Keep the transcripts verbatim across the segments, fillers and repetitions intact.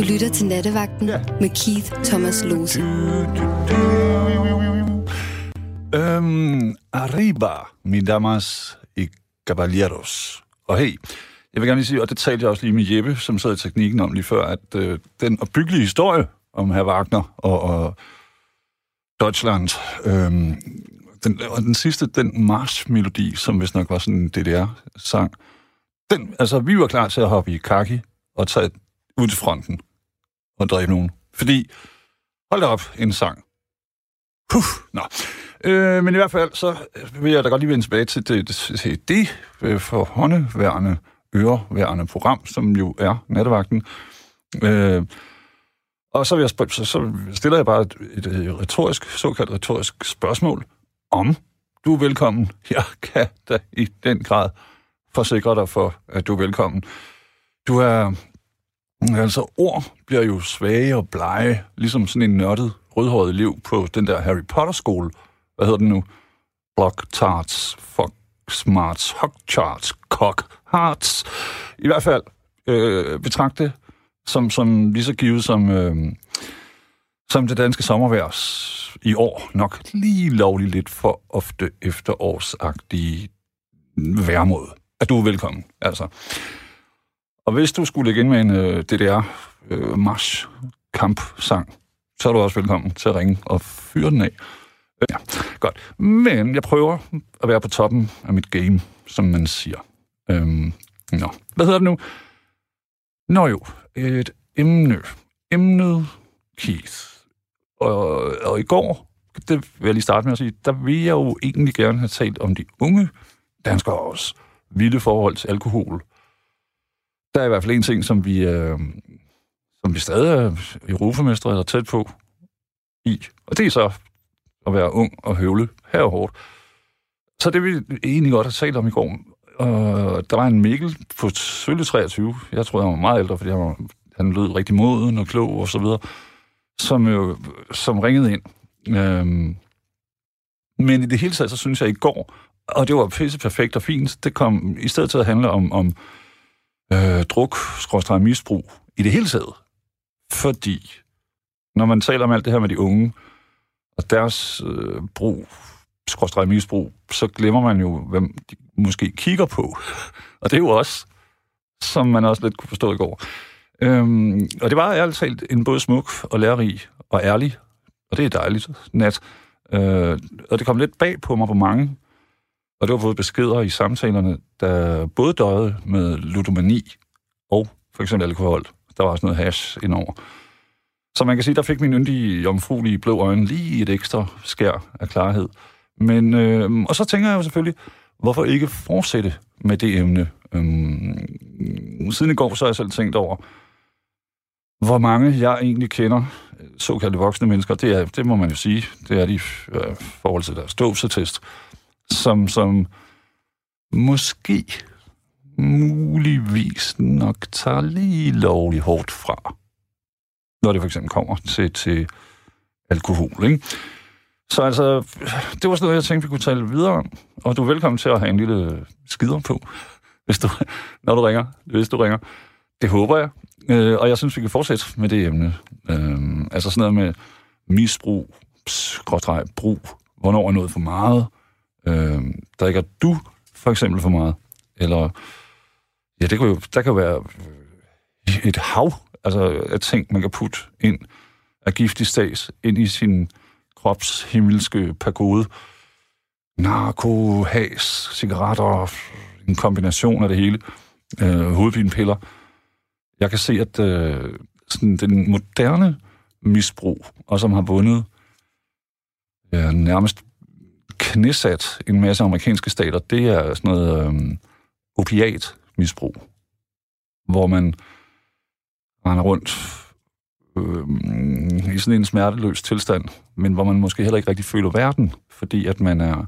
lytter til Nattevagten ja. med Keith Thomas Lose. Øhm, arriba, mine damas y caballeros. Og hey, jeg vil gerne lige sige, og det talte jeg også lige med Jeppe, som sad i teknikken om lige før, at øh, den opbyggelige historie om herr Wagner og, og Deutschland, øhm, den, og den sidste, den marchmelodi, som vist nok var sådan en D D R-sang, den, altså, vi var klar til at hoppe i kaki og tage ud til fronten og dræbe nogen. Fordi, hold da op, en sang. Puh, nå. Øh, men i hvert fald, så vil jeg da godt lige vende tilbage til det, det, det øh, forhåndeværende, øreværende program, som jo er Nattevagten. Øh, og så, vil jeg spørge, så, så stiller jeg bare et, et, et retorisk, såkaldt retorisk spørgsmål, om du er velkommen. Jeg kan da i den grad forsikre dig for, at du er velkommen. Du er... Altså, ord bliver jo svage og blege, ligesom sådan en nørdet, rødhåret elev på den der Harry Potter-skole. Hvad hedder den nu? Block Tarts, Fuck Smarts, Hock Charts, Cock Hearts. I hvert fald øh, betragte som, som lige så givet som, øh, som det danske sommerværs i år. Nok lige lovligt lidt for ofte efterårsagtige vejrmåde. At du er velkommen, altså. Og hvis du skulle lægge ind med en øh, D D R-march-kamp-sang, så er du også velkommen til at ringe og fyre den af. Ja, godt. Men jeg prøver at være på toppen af mit game, som man siger. Øhm, nå. Hvad hedder det nu? Nå jo, et emne. Emnet Keith. Og, og i går, det vil jeg lige starte med at sige, der vil jeg jo egentlig gerne have talt om de unge danskeres vilde forhold til alkohol. Der er i hvert fald en ting, som vi, øh, som vi stadig er europamestre eller tæt på i. Og det er så at være ung og høvle her og hårdt. Så det vil vi egentlig godt have talt om i går. Og der var en Mikkel på selvfølgelig treogtyve. Jeg tror, han var meget ældre, fordi han, var, han lød rigtig moden og klog og så videre. Som, jo, som ringede ind. Øhm, men i det hele taget, så synes jeg i går, og det var pisse perfekt og fint, det kom i stedet til at handle om... om Øh, druk, skråstreg misbrug i det hele taget. Fordi, når man taler om alt det her med de unge, og deres øh, brug, skråstreg misbrug, så glemmer man jo, hvem de måske kigger på. Og det er jo også, som man også lidt kunne forstå i går. Øhm, og det var ærligt talt en både smuk og lærerig og ærlig, og det er dejligt, nat. Øh, og det kom lidt bag på mig på mange. Og det var både beskeder i samtalerne, der både døjede med ludomani og for eksempel alkohol. Der var også noget hash indover. Så man kan sige, der fik min yndige, jomfruelige blå øjne lige et ekstra skær af klarhed. Men, øh, og så tænker jeg jo selvfølgelig, hvorfor ikke fortsætte med det emne? Øhm, siden i går, så har jeg selv tænkt over, hvor mange jeg egentlig kender, såkaldte voksne mennesker, det, er, det må man jo sige, det er de øh, forhold til deres dåbsattest, som, som måske muligvis nok tager lige lovligt hårdt fra, når det for eksempel kommer til, til alkohol, ikke? Så altså, det var sådan noget, jeg tænkte, vi kunne tale videre om, og du er velkommen til at have en lille skider på, hvis du, når du ringer, hvis du ringer. Det håber jeg, øh, og jeg synes, vi kan fortsætte med det emne. Øh, altså sådan noget med misbrug, skråstreg, brug, hvornår er noget for meget, Øh, drikker du for eksempel for meget? Eller, ja, det kan jo, der kan jo være et hav altså, af ting, man kan putte ind af giftig stads ind i sin krops himmelske pagode. Narko, has, cigaretter, en kombination af det hele. Øh, hovedpinepiller. Jeg kan se, at øh, sådan den moderne misbrug, og som har vundet ja, nærmest knæsat en masse amerikanske stater, det er sådan noget øhm, opiatmisbrug, hvor man render rundt øhm, i sådan en smerteløs tilstand, men hvor man måske heller ikke rigtig føler verden, fordi at man er...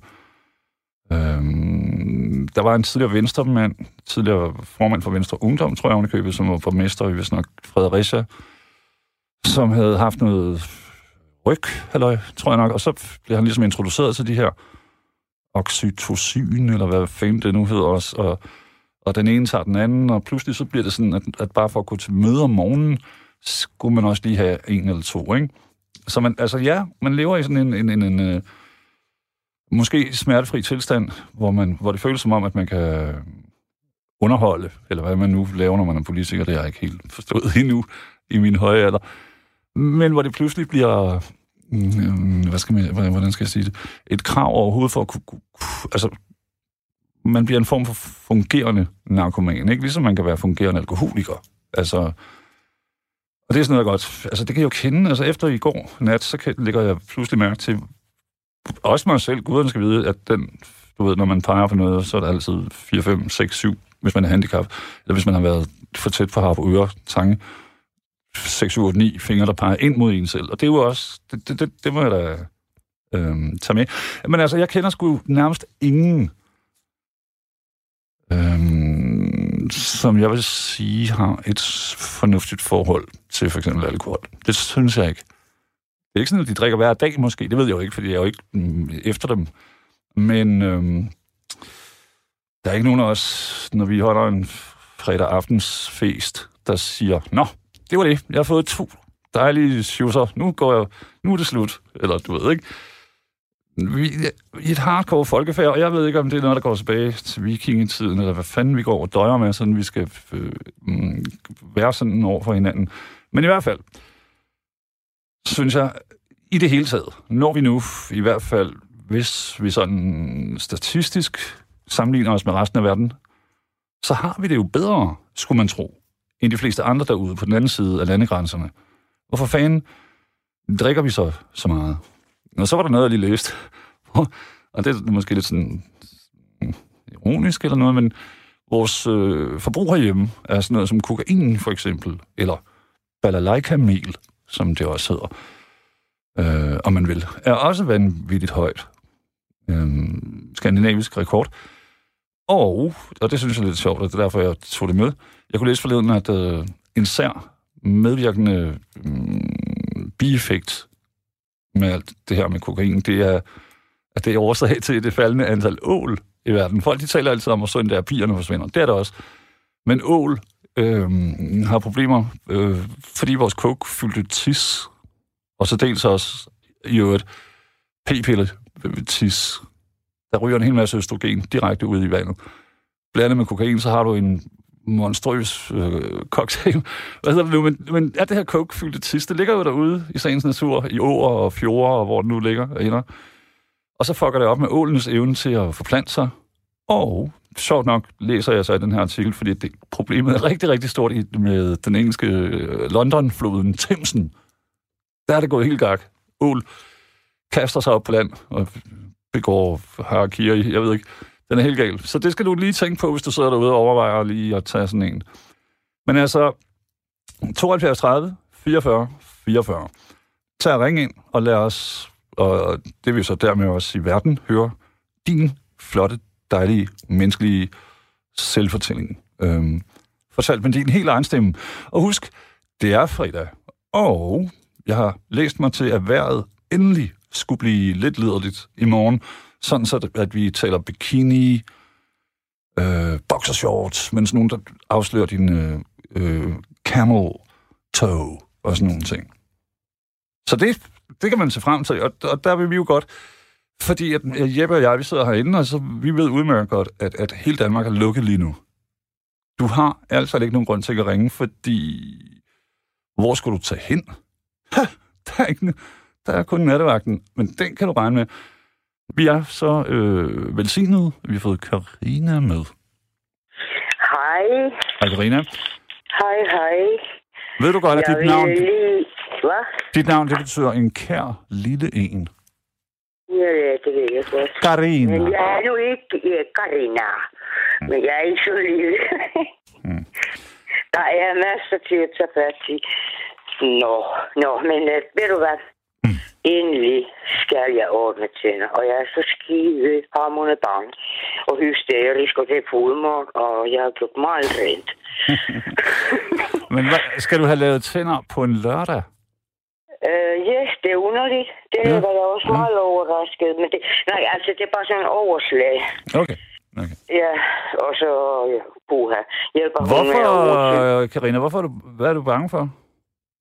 Øhm, der var en tidligere venstremand, tidligere formand for Venstre Ungdom, tror jeg, hun købet, som var borgmester i vist nok Fredericia, som havde haft noget ryg, halløj, tror jeg nok, og så blev han ligesom introduceret til de her oxytocin, eller hvad fanden det nu hedder også, og, og den ene tager den anden, og pludselig så bliver det sådan, at, at bare for at gå til møde om morgenen, skulle man også lige have en eller to, ikke? Så man, altså ja, man lever i sådan en, en, en, en, en måske smertefri tilstand, hvor, man, hvor det føles som om, at man kan underholde, eller hvad man nu laver, når man er politiker, det har jeg ikke helt forstået endnu i min høje alder. Men hvor det pludselig bliver, hvad skal man, hvordan skal jeg sige det, et krav overhovedet for at kunne, altså, man bliver en form for fungerende narkoman, ikke? Ligesom man kan være fungerende alkoholiker. Altså, og det er sådan noget godt, altså det kan jeg jo kende, altså efter i går nat, så kan, lægger jeg pludselig mærke til, også mig selv, guderne skal vide, at den, du ved, når man peger på noget, så er der altid fire, fem, seks, syv, hvis man er handicap, eller hvis man har været for tæt på harp, øre, tange, seks, syv, otte, ni fingre, der peger ind mod en selv. Og det er jo også, det, det, det, det må jeg da øhm, tage med. Men altså, jeg kender sgu nærmest ingen, øhm, som jeg vil sige, har et fornuftigt forhold til for eksempel alkohol. Det synes jeg ikke. Det er ikke sådan, at de drikker hver dag måske. Det ved jeg jo ikke, fordi jeg er jo ikke mm, efter dem. Men øhm, der er ikke nogen af os, når vi holder en fredag aftens fest, der siger, nå, det var det. Jeg har fået to dejlige sjusser. Nu går jeg, nu er det slut. Eller du ved ikke. Vi er et hardcore folkefærd, og jeg ved ikke, om det er noget, der går tilbage til vikingetiden, eller hvad fanden vi går og døjer med, sådan vi skal øh, være sådan over for hinanden. Men i hvert fald, synes jeg, i det hele taget, når vi nu, i hvert fald, hvis vi sådan statistisk sammenligner os med resten af verden, så har vi det jo bedre, skulle man tro, end de fleste andre derude på den anden side af landegrænserne. Hvorfor fanden drikker vi så så meget? Og så var der noget, jeg lige læste, og det er måske lidt sådan ironisk eller noget, men vores øh, forbrug herhjemme er sådan noget som kokain for eksempel, eller balalaika-mel, som det også hedder, øh, om man vil, er også vanvittigt højt. Øh, skandinavisk rekord. Og, og det synes jeg er lidt sjovt, og det er derfor, jeg tog det med. Jeg kunne læse forleden, at øh, en sær medvirkende øh, bieffekt med alt det her med kokain, det er, at det er årsag til det faldende antal ål i verden. Folk, de taler altid om, at sådan der pigerne forsvinder. Det er det også. Men ål øh, har problemer, øh, fordi vores coke fyldte tis, og så dels også i øvrigt p-pille tis. Der ryger en hel masse østrogen direkte ud i vandet. Blandet med kokain, så har du en monstrøs øh, cocktail. Hvad hedder det nu? Men, men er det her coke-fyldte tis, det ligger jo derude i sagens natur, i åer og fjorde, og hvor det nu ligger. Ender. Og så fucker det op med ålenes evne til at forplante sig. Og sjovt nok læser jeg så i den her artikel, fordi det, problemet er rigtig, rigtig stort i, med den engelske øh, London-floden Themsen. Der er det gået helt gak. Ål kaster sig op på land og begår harakiri, jeg ved ikke. Den er helt gal. Så det skal du lige tænke på, hvis du sidder derude og overvejer lige at tage sådan en. Men altså, tooghalvfjerds tredive fireogfyrre fireogfyrre. Tag og ring ind og lad os, og det vil så dermed også i verden, høre din flotte, dejlige, menneskelige selvfortælling. Øhm, fortalt med din helt egen stemme. Og husk, det er fredag, og jeg har læst mig til, at vejret endelig skulle blive lidt liderligt i morgen, sådan så, at vi taler bikini, øh, boxershorts, mens nogen, der afslører din øh, øh, camel toe og sådan nogle ting. Så det, det kan man se frem til, og, og der vil vi jo godt, fordi at Jeppe og jeg, vi sidder herinde, og så vi ved udmærket godt, at, at hele Danmark er lukket lige nu. Du har altså ikke nogen grund til at ringe, fordi hvor skal du tage hen? Ha, der er ikke, der er kun nattevagten, men den kan du regne med. Vi er så øh, velsignede. Vi har fået Karina med. Hej. Hej, Karina. Hej, hej. Ved du godt, at dit navn... Lige... Hvad? Dit navn, det betyder en kær lille en. Ja, det ved jeg godt. Karina. Men jeg er jo ikke ja, Karina. Mm. Men jeg er ikke så lille. mm. Der er masser til at tage fat i. Nå, nå, men uh, ved du hvad? Mm. Endelig skal jeg ordne tænder, og jeg er så skide hamrende bange og hysterisk, og det er fodmål, og jeg har gjort meget rent. Men hvad, skal du have lavet tænder på en lørdag? Øh, ja, yes, det er underligt. Det ja. var jeg også ja. meget overrasket. Men det, nej, altså, det er bare sådan en overslag. Okay. okay. Ja, og så ja, puha. Hjælper hvorfor, Karina, hvorfor er du, hvad er du bange for?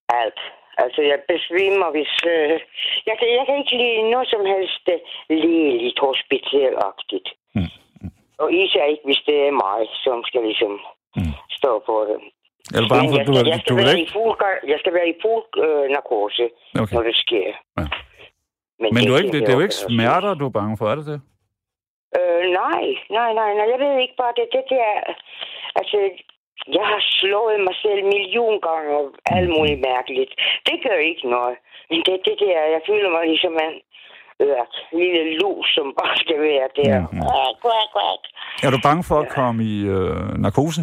alt. Altså, jeg besvimer, hvis... Øh, jeg, kan, jeg kan ikke lide noget som helst lægeligt hospitalagtigt. Mm. Mm. Og især ikke, hvis det er mig, som skal ligesom mm. stå på det. Er du bange for, jeg, du, jeg, skal du være ikke? I fuld, jeg skal være i fuld øh, narkose, okay. når det sker. Ja. Men, Men det, du er ikke, det, det er jo ikke smerter, du er bange for, er det det? Øh, nej, nej, nej, nej. Jeg ved ikke bare, det, det der... Altså, jeg har slået mig selv million gange og alt muligt mærkeligt. Det gør ikke noget. Men det, det der, jeg føler mig ligesom en øh, lille lus, som bare skal være der. Mm-hmm. Quack, quack, quack. Er du bange for at komme i øh, narkose?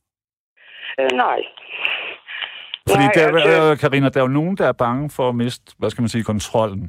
Øh, nej. Fordi nej, der, altså... øh, Karina, der er jo nogen, der er bange for at miste, hvad skal man sige, kontrollen.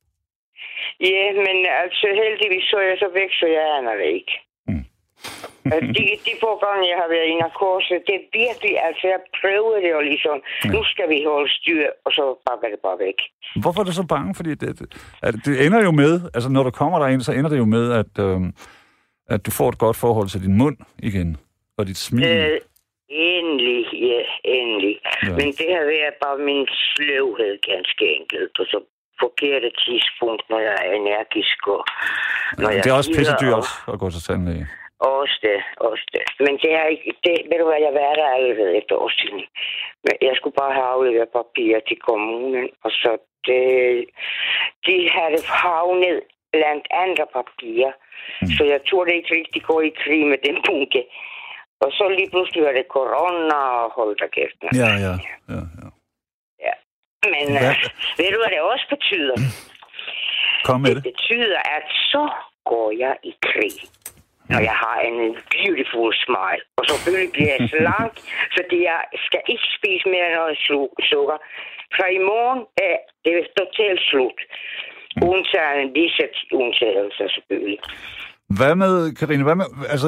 Ja, men altså heldigvis så er jeg så væk, så jeg aner det ikke. Mm. de, de få gange, jeg har været i narkose, det er virkelig, altså jeg prøver det jo ligesom, ja. Nu skal vi holde styr, og så bakker det bare væk. Hvorfor er du så bange? Fordi det, det, det ender jo med, altså når du kommer derind, så ender det jo med, at, øh, at du får et godt forhold til din mund igen, og dit smil. Øh, endelig, ja, endelig. Ja. Men det har været bare min sløvhed, ganske enkelt, og så forkerte tidspunkt, når jeg er energisk. Og når ja, jeg det er også pissedyrt og... at gå til tandlæge. Også det, også det. Men det er ikke... Det, ved du hvad, jeg var der allerede et år siden. Men jeg skulle bare have afleveret papirer til kommunen, og så det... De havde havnet blandt andre papirer, mm. så jeg tror det ikke rigtig gå i krig med den bunke. Og så lige pludselig var det corona, og hold da kæft. Ja, ja, ja, ja. Ja. Men øh, ved du, hvad det også betyder? Kom med det. Det betyder, at så går jeg i krig, når jeg har en beautiful smile. Og selvfølgelig bliver jeg slank, fordi jeg skal ikke spise mere end noget sukker. Fra i morgen er det totalt slut. Undtagen disse undtagelser selvfølgelig. Hvad med, Karina, hvad med, altså,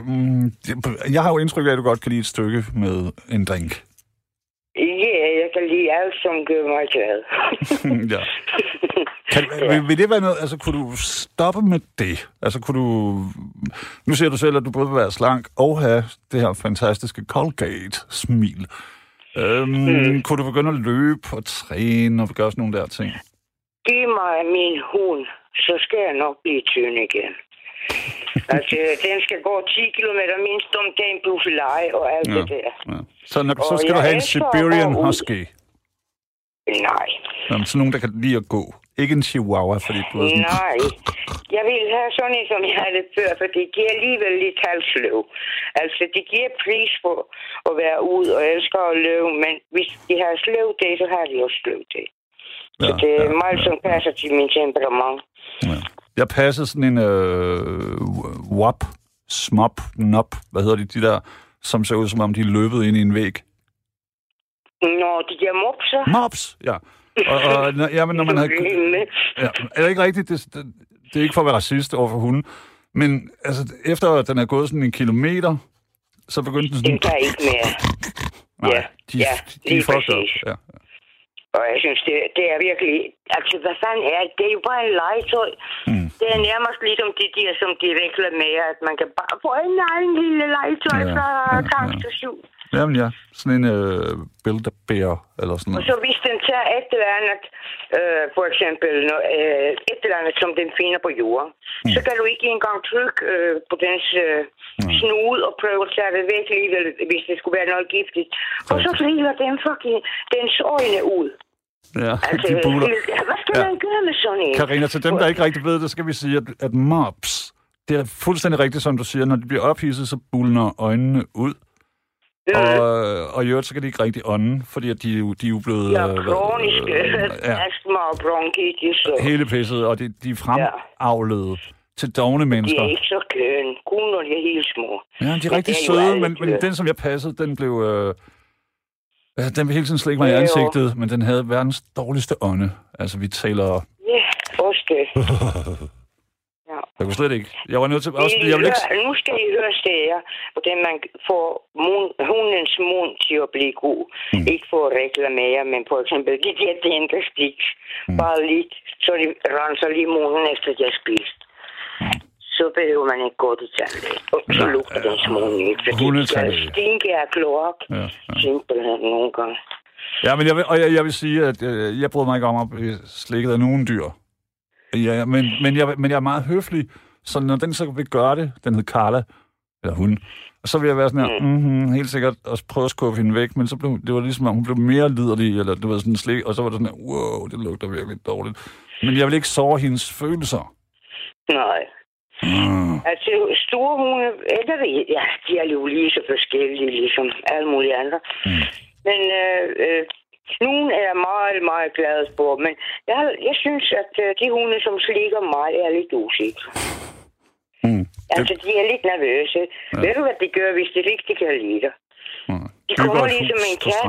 jeg har jo indtryk af, at du godt kan lide et stykke med en drink. Ja, yeah, jeg kan lide alt, som gør mig glad. ja. Kan, ja. Vil, vil det være noget, altså kunne du stoppe med det? Altså kunne du, nu siger du selv, at du både vil være slank og have det her fantastiske Colgate-smil. Øhm, mm. Kunne du begynde at løbe og træne og gøre sådan nogle der ting? Giv mig min hund, så skal jeg nok blive tynd igen. Altså, den skal gå ti kilometer mindst om dagen plus leje og alt ja, det der. Ja. Så, når, så skal du have en Siberian Husky? Nej. Jamen, sådan nogen, der kan lide at gå. Ikke en chihuahua, fordi du er sådan... Nej. Jeg vil have sådan en, som jeg havde det før, for det giver alligevel lidt halsløv. Altså, de giver pris på at være ude og elsker at løbe, men hvis de har sløv det, så har de også sløv det. Så ja, det er ja, meget, ja, som passer til min temperament. Ja. Jeg passede sådan en øh, wap, smop, nop, hvad hedder de, de der, som ser ud som om de er løbet ind i en væg. Nå, de der mopser? Mops, ja. Og, og ja, men når man havde... Ja, er det ikke rigtigt? Det, det, det er ikke for at være racist over for hunden, men altså, efter at den er gået sådan en kilometer, så begyndte den sådan... Den kan ikke mere. Nej, ja, de, ja, de, de er fucked up. Ja, ja. Og jeg synes, det, det er virkelig... Altså, hvad fanden er det? Det er jo bare en legetøj. Mm. Det er nærmest ligesom de der, som de reklamerer, at man kan bare få en egen lille legetøj ja, fra ja, tankstation. Ja. Jamen ja, sådan en øh, Build-A-Bear eller sådan noget. Og så hvis den tager et eller andet, øh, for eksempel øh, et eller andet, som den finder på jorden, mm. så kan du ikke engang trykke øh, på dens øh, mm. snude og prøve at tage det væk lige, hvis det skulle være noget giftigt. Og så flyver den fucking dens øjne ud. Ja, altså, de buler. Hvad skal ja. man gøre med sådan en? Karina, til dem, der ikke rigtig ved det, skal vi sige, at, at mops, det er fuldstændig rigtigt, som du siger, når de bliver ophidset, så bulner øjnene ud. Mm. Og, og i øvrigt, så kan de ikke rigtig ånde, fordi at de, de er jo blevet... Ja, kroniske øh, ja. astma og bronkitis. Hele pisset, og de, de er fremavlede ja. til dovne mennesker. De er ikke så køn, kun når de er helt små. Ja, de er rigtig søde, men, men den, som jeg passede, den blev... Øh, den vil hele tiden slikke mig i ansigtet, men den havde verdens dårligste ånde. Altså, vi taler... Ja, også det. Ja. Jeg kunne slet ikke. Jeg var nødt til... Også, jeg jeg vil ikke... Nu skal I høre steder, hvordan man får mund, hundens mund til at blive god. Mm. Ikke for at reklamere, men for eksempel de der dentestik. Mm. Bare lidt, så de renser lige munden efter de har spist. Mm. Så behøver man ikke gå til tandlæge. Og så ja, lugter ja, den små nyt, fordi de skal stinke af kloak. Ja, ja. Simpelthen nogle gange. Ja, men jeg vil, og jeg, jeg vil sige, at øh, jeg bryder mig ikke om at blive slikket af nogen dyr. Ja, men, men, jeg, men jeg er meget høflig, så når den så vil gøre det, den hed Carla, eller hun, og så vil jeg være sådan her, mm. mm-hmm, helt sikkert, og prøve at skubbe hende væk, men så blev det var ligesom, at hun blev mere liderlig, eller det var sådan slik, og så var det sådan her, wow, det lugter virkelig dårligt. Men jeg vil ikke såre hendes følelser. Nej. Mm. Altså, store hunde, eller ja, de er jo lige så forskellige, ligesom alle mulige andre. Mm. Men øh, øh, nogen er jeg meget, meget glad for, men jeg, jeg synes, at øh, de hunde, som slikker mig, er lidt usikre. Mm. Altså, de er lidt nervøse. Ja. Ved du, hvad de gør, hvis de rigtig kan lide dig? Mm. De kommer ligesom en kat.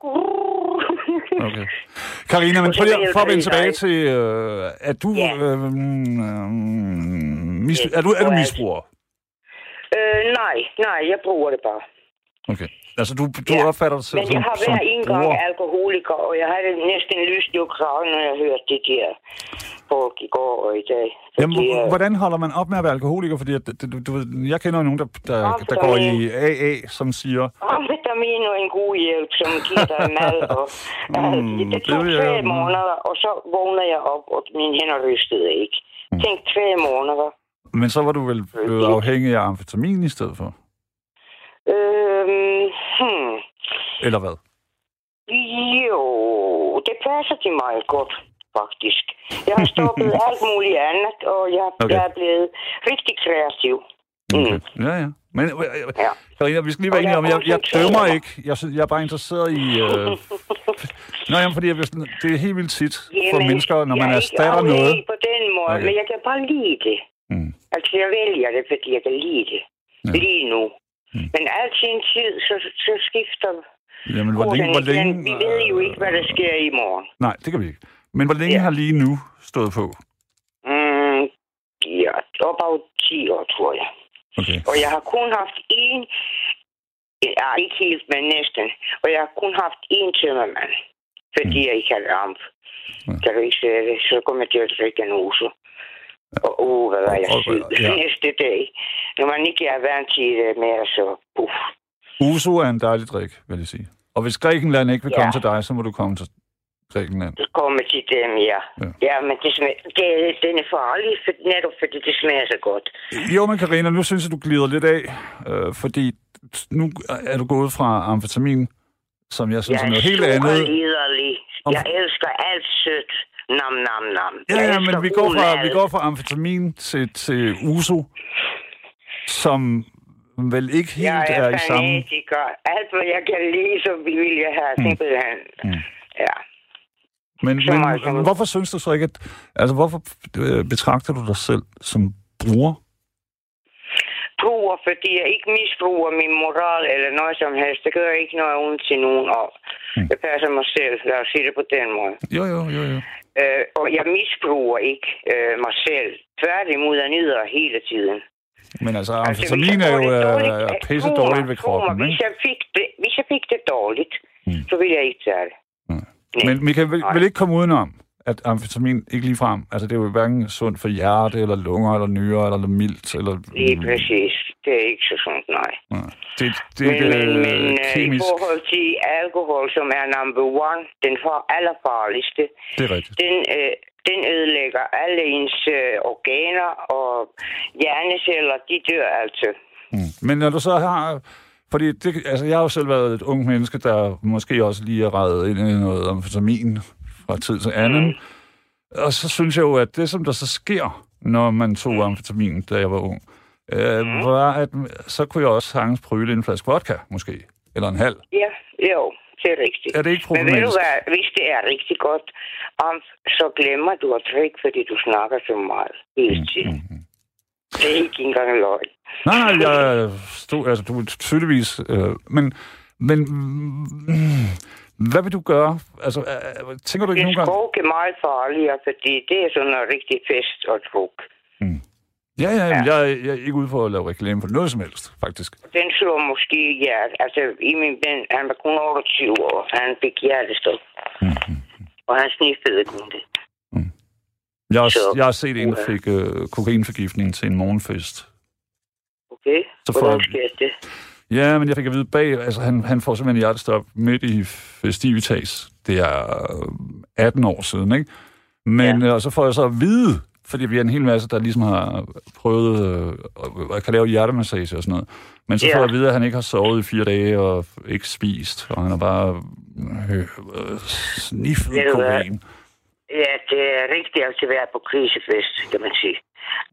Okay. Carina, men prøv lige for at vende tilbage til, øh, at du, ja. øh, øh, mis, er du, er du misbruger? Øh, nej, nej, jeg bruger det bare. Okay. Altså, du, du ja. opfatter dig selv som som Men jeg har været en gang alkoholiker, og jeg havde næsten lyst i kraven, når jeg hørte det der folk i går og i dag. Jamen, er... hvordan holder man op med at være alkoholiker? Fordi at, du, du, jeg kender nogen, der, der, der går i A A, som siger... Amfetamin og en god hjælp, som giver dig mad. Og, mm, det tog det, tre jeg... måneder, og så vågner jeg op, og mine hænder rystede ikke. Mm. Tænk tre måneder. Men så var du vel blevet afhængig af amfetamin i stedet for? Øhm, hmm. Eller hvad? Jo, det passer til mig godt, faktisk. Jeg har stoppet alt muligt andet, og jeg, okay. jeg er blevet rigtig kreativ. Okay. Mm. Ja, ja. Men, ja. Carina, vi skal lige være enige om, jeg, jeg dømmer ikke. Jeg, jeg er bare interesseret i... Øh... Nå, jamen, fordi jeg, det er helt vildt tit for jamen, mennesker, når man erstatter noget. Jeg er på den måde, okay. men jeg kan bare lide det. Mm. Altså, jeg vælger det, fordi jeg kan lide det. Ja. Lige nu. Mm. Men alt sin tid, så, så skifter... Jamen, hvor længe, hvor længe... Vi ved jo ikke, hvad der sker i morgen. Nej, det kan vi ikke. Men hvor længe ja. har lige nu stået på? Mm, ja, op af ti år, tror jeg. Okay. Og jeg har kun haft én... Ja, ikke helt, men næsten. Og jeg har kun haft én tømmermand. Fordi mm. jeg ikke havde amf. Ja. Kan du ikke se det? Så kommer jeg til at drikke en uso. Og uh, hvad var jeg syg ja. næste dag. Når man ikke er vant til det mere, så puff. Uso er en dejlig drik, vil jeg sige. Og hvis Grækenland ikke vil ja. komme til dig, så må du komme til Grækenland. Du kommer til dem, ja. Ja, ja men det smager, det, den er farlig, for, netop fordi det smager så godt. Jo, men Carina, nu synes jeg, du glider lidt af, øh, fordi nu er du gået fra amfetamin, som jeg synes jeg er noget helt andet. Jeg er liderlig. Om... Jeg elsker alt sødt. Nam, nam, nam. Ja, ja, men vi går, fra, vi går fra amfetamin til, til uso, som vel ikke helt ja, er, er i samme... Ja, alt, hvad jeg kan lide, så vil jeg have mm. simpelthen. Mm. Ja. Men, men som... hvorfor synes du så ikke, at... Altså, hvorfor betragter du dig selv som bruger? Bruger, fordi jeg ikke misbruger min moral eller noget som helst. Det gør ikke noget ondt til nogen af. Mm. Jeg passer mig selv. Lad os sige det på den måde. Jo, jo, jo, jo. Øh, og jeg misbruger ikke øh, mig selv. Tværtimod, jeg nyder hele tiden. Men altså, amfetamin er jo øh, pisse dårligt ved kroppen, ikke? Hvis jeg fik det, hvis jeg fik det dårligt, mm. så ville jeg ikke tage det. Mm. Men vi kan vel, vel ikke komme udenom, at amfetamin ikke ligefrem, altså det er jo hverken sundt for hjerte, eller lunger, eller nyrer, eller mildt, eller... Lige præcis. Det er ikke så sundt, nej. nej. Det, det, men det, men, men kemisk... i forhold til alkohol, som er number one, den for allerfarligste, det er rigtigt. Den, øh, den ødelægger alle ens øh, organer, og hjerneceller, de dør altså. Mm. Men når du så har... Fordi det, altså, jeg har jo selv været et ung menneske, der måske også lige er rettet ind i noget amfetamin fra tid til anden. Mm. Og så synes jeg jo, at det, som der så sker, når man tog mm. amfetamin, da jeg var ung, øh, mm. var, at så kunne jeg også sagtens prøve en flaske vodka, måske. Eller en halv. Ja, jo, det er rigtigt. Er det ikke problematisk? Men ved du hvad, hvis det er rigtig godt, amf, så glemmer du at drikke, fordi du snakker så meget hele tiden. Mm, mm, mm. Det er ikke engang løgn. Nej, nej, jeg stod, altså, du tydeligvis, øh, men, men mm, hvad vil du gøre? Altså, øh, tænker du ikke nogen gang... Det er meget farligere, fordi det er sådan en rigtig fest og druk. Mm. Ja, ja, ja. Jeg, jeg er ikke ude for at lave reklame for noget som helst, faktisk. Den slår måske hjerte. Altså, i min ven, han var kun otteogtyve år, han fik hjertestop. Mm-hmm. Og han sniffede kun det. Mm. Jeg har, jeg har set en, der fik øh, kokainforgiftning til en morgenfest. Okay, så hvordan sker det? Ja, men jeg fik at vide bag, altså han, han får simpelthen hjertestop midt i festivitas. Det er atten år siden, ikke? Men ja. Og så får jeg så at vide, fordi vi er en hel masse, der ligesom har prøvet øh, at kan lave hjertemassage og sådan noget. Men så ja. får jeg at vide, at han ikke har sovet i fire dage og ikke spist, og han har bare øh, øh, sniffet kokain. Ja, det er rigtigt at være på krisefest, kan man sige.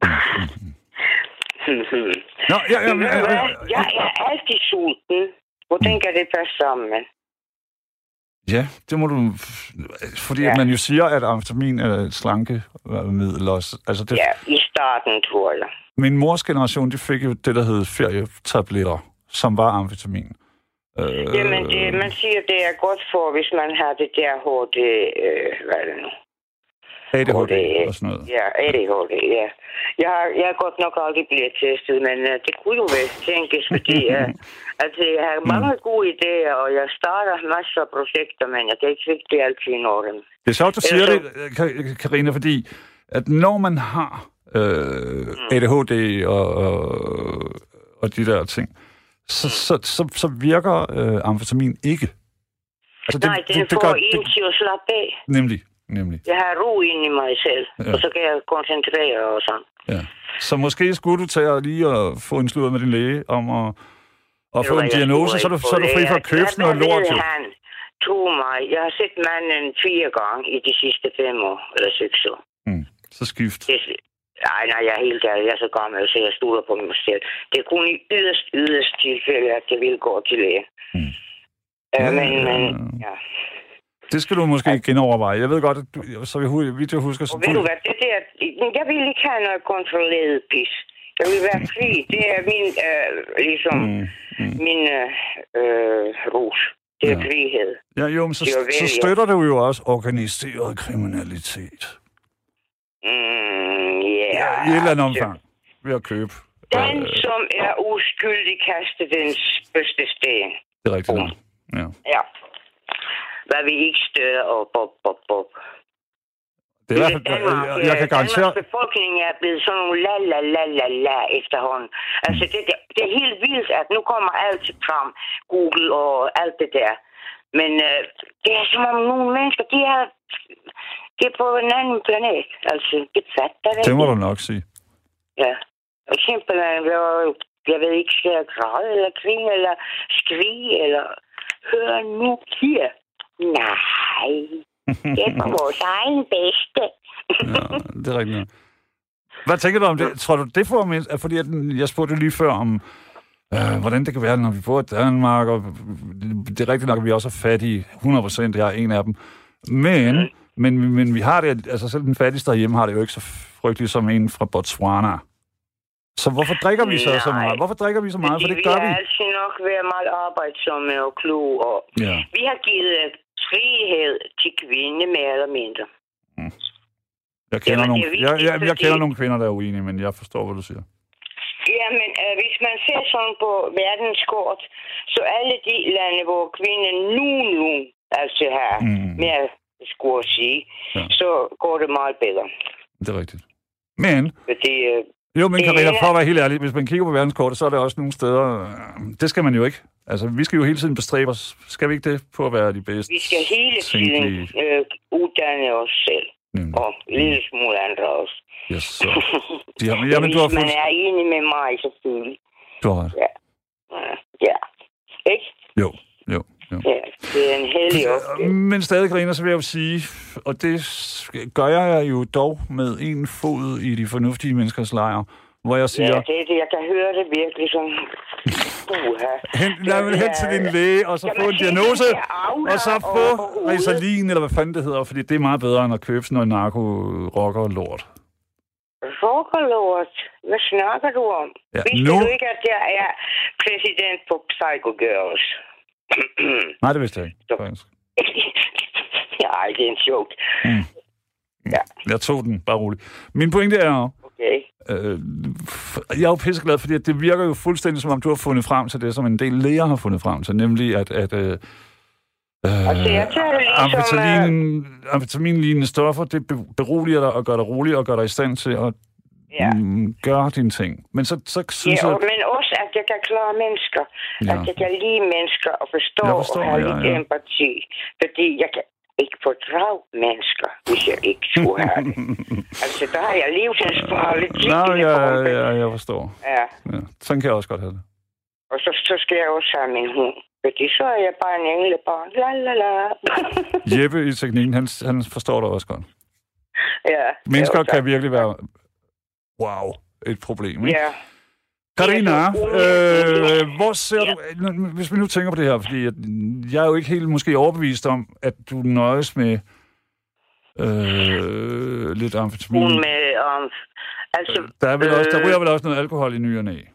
Nå, ja, ja, ja, ja, ja. Jeg er altid sulten. Hvordan kan det passe sammen? Ja, det må du... Fordi ja. man jo siger, at amfetamin er et slankemiddel også. Altså det... Ja, i starten, tror jeg. Min mors generation, de fik jo det, der hed ferietabletter, som var amfetamin. Øh... Jamen, det, man siger, det er godt for, hvis man har det der H D... Øh, hvad er det nu? A D H D og sådan noget. Ja, A D H D, ja. Jeg har, jeg har godt nok aldrig blevet testet, men uh, det kunne jo vel tænkes, fordi uh, altså, jeg har mange mm. gode idéer, og jeg starter masser af projekter, men jeg kan ikke rigtig altid nå dem. Det er sjovt, du siger så... det, Karina, fordi at når man har øh, mm. A D H D og, og, og de der ting, så, så, så, så virker øh, amfetamin ikke. Altså, det, Nej, den det, det får gør, en til at slappe af. Nemlig. Nemlig. Jeg har ro inde i mig selv, ja. Og så kan jeg koncentrere og sådan. Ja. Så måske skulle du tage lige og få en sludder med din læge om at, at få en diagnose, så er du, så er du fri for at købe sådan noget lort. Han tog mig. Jeg har set manden fire gange i de sidste fem år, eller seks år. Mm. Så skift. Det, nej, nej, jeg er helt ærlig. Jeg er så gammel, så jeg stoler på mig selv. Det er kun i yderst, yderst tilfælde, at jeg vil gå til læge. Mm. Øh, ja, men, men, ja. Det skal du måske ja. genoverveje. Jeg ved godt, at du, så vi, vi til at huske... Og ved du hvad, det der... Jeg vil ikke have noget kontrolleret pis. Jeg vil være fri. Det er min, øh, ligesom, mm, mm. min øh, øh, ros. Det er ja. frihed. Ja, jo, men så, så støtter du jo også organiseret kriminalitet. Mm, yeah, ja, i et eller andet omfang. Ved at købe. Den, øh, som er uskyldig, kaster den bedste sten. Det er rigtigt. Um. Ja. Ja. Hvad vi ikke støtter og bop, bop, bop. Det er i hvert fald, Danmark, jeg, jeg kan garantere... Danmarks befolkning er blevet sådan nogle la la la la la efterhånden. Altså, det, det, det er helt vildt, at nu kommer alt frem. Google og alt det der. Men øh, det er som om nogle mennesker, de er, de er på en anden planet. Altså, det fatter det. Det må du nok sige. Ja. Og simpelthen, jeg ved ikke, skal jeg græde eller grine eller skrige eller høre nu her. Nej, det er på vores egen bedste. Ja, det er rigtigt. Hvad tænker du om det? Tror du, det får mindst? Fordi jeg spurgte lige før om, øh, hvordan det kan være, når vi bor i Danmark, og det er rigtigt nok, at vi også er fattige. hundrede procent, jeg er en af dem. Men, mm. men, men vi har det, altså selv den fattigste herhjemme har det jo ikke så frygteligt som en fra Botswana. Så hvorfor drikker vi så, så meget? Hvorfor drikker vi så meget? For det gør vi. Vi har altid nok været meget arbejdsomme og kloge. Og ja. Vi har givet frihed til kvinde mere eller mindre. Mm. Jeg kender, Jamen, nogle, jeg, jeg, jeg, jeg kender nogle kvinder, der er uenige, men jeg forstår, hvad du siger. Jamen, øh, hvis man ser sådan på verdenskort, så alle de lande, hvor kvinden nu, nu, altså har mm. mere, skulle jeg sige, ja. Så går det meget bedre. Det er rigtigt. Men... Fordi, øh, jo, men Karina, for at være helt ærlig, hvis man kigger på verdenskortet, så er der også nogle steder... Det skal man jo ikke. Altså, vi skal jo hele tiden bestræbe os. Skal vi ikke det på at være de bedste? Vi skal hele tiden øh, uddanne os selv. Mm. Og en lille smule andre også. Yes, så. De har, jamen, hvis du har man er enig med mig, selvfølgelig. Du har ret. Ja. Ja. Ikke? Jo, jo. Jo. Ja, det er en heldig opgave. Men stadig, Karina, så vil jeg jo sige, og det gør jeg jo dog med en fod i de fornuftige menneskers lejr, hvor jeg siger... Ja, det er det. Jeg kan høre det virkelig som... Uha. Hent, nej, men hen til din læge, og så få en diagnose, og så få Ritalin, eller hvad fanden det hedder, fordi det er meget bedre, end at købe sådan noget narko-rocker-lort. Rocker-lort? Hvad snakker du om? Ja, vidste nu... du ikke, at jeg er præsident på Psycho Girls? Nej, det vidste jeg ikke, faktisk. Nej, det er en joke. Mm. Ja. Jeg tog den, bare roligt. Min pointe er... Okay. Øh, jeg er jo pisseglad, fordi det virker jo fuldstændig, som om du har fundet frem til det, som en del læger har fundet frem til, nemlig at... at øh, altså, jeg ligesom, amfetamin, amfetaminlignende stoffer, det beroliger dig og gør dig rolig og gør dig i stand til at Ja. Mm, gør dine ting. Men så, så synes ja, jeg... og, men også, at jeg kan klare mennesker. Ja. At jeg kan lide mennesker og forstå, forstår, og have ja, lidt ja. empati. Fordi jeg kan ikke fordrage mennesker, hvis jeg ikke skulle have det. Altså, der har jeg livsansvarlig tit. Nå, ja, ja, jeg forstår. Ja. Ja. Sådan kan jeg også godt have det. Og så, så skal jeg også have min hund. Fordi så er jeg bare en englebarn. La, la, la. Jeppe i teknikken, han, han forstår det også godt. Ja. Mennesker kan virkelig være... Wow, et problem, ikke? Ja. Karina, øh, hvor ser ja. du... Hvis vi nu tænker på det her, fordi jeg, jeg er jo ikke helt måske overbevist om, at du nøjes med øh, lidt amfetamin. Hun med... Um, altså, der, er vel øh, også, der ryger vel også noget alkohol i ny og næ?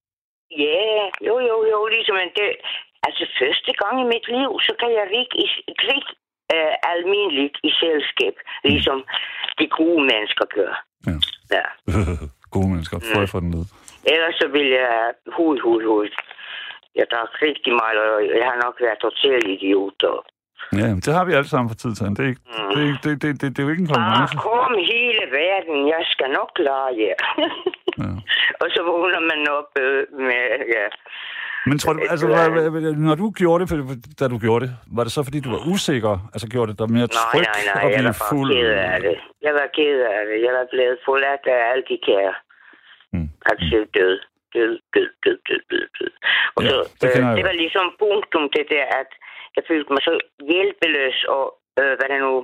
Ja, jo, jo, jo, ligesom det... Altså, første gang i mit liv, så kan jeg ikke rigtig uh, almindeligt i selskab, ligesom de gode mennesker gør. Ja. Ja. Gode mennesker, får jeg for den ned. Ellers så vil jeg hud, hud, hud. Jeg drak rigtig meget, og jeg har nok været totalt idiot. Og... Ja, det har vi alle sammen for tid til. Det er, ikke, mm. det, det, det, det, det er jo ikke en konkurrence. Ah, kom hele verden, jeg skal nok klare jer. Ja. Og så vågner man op øh, med, ja... Men tror du, altså, når du gjorde det, da du gjorde det, var det så, fordi du var usikker? Altså, gjorde det dig mere tryg nej, nej, nej, og blive jeg var fuld? ked af det. Jeg var ked af det. Jeg var blevet forladt af alle de kære. Mm. Altså, død, død, død, død, død, død, død. Og ja, så, det, øh, det var ligesom punktum, det der, at jeg følte mig så hjælpeløs, og øh, hvad det nu...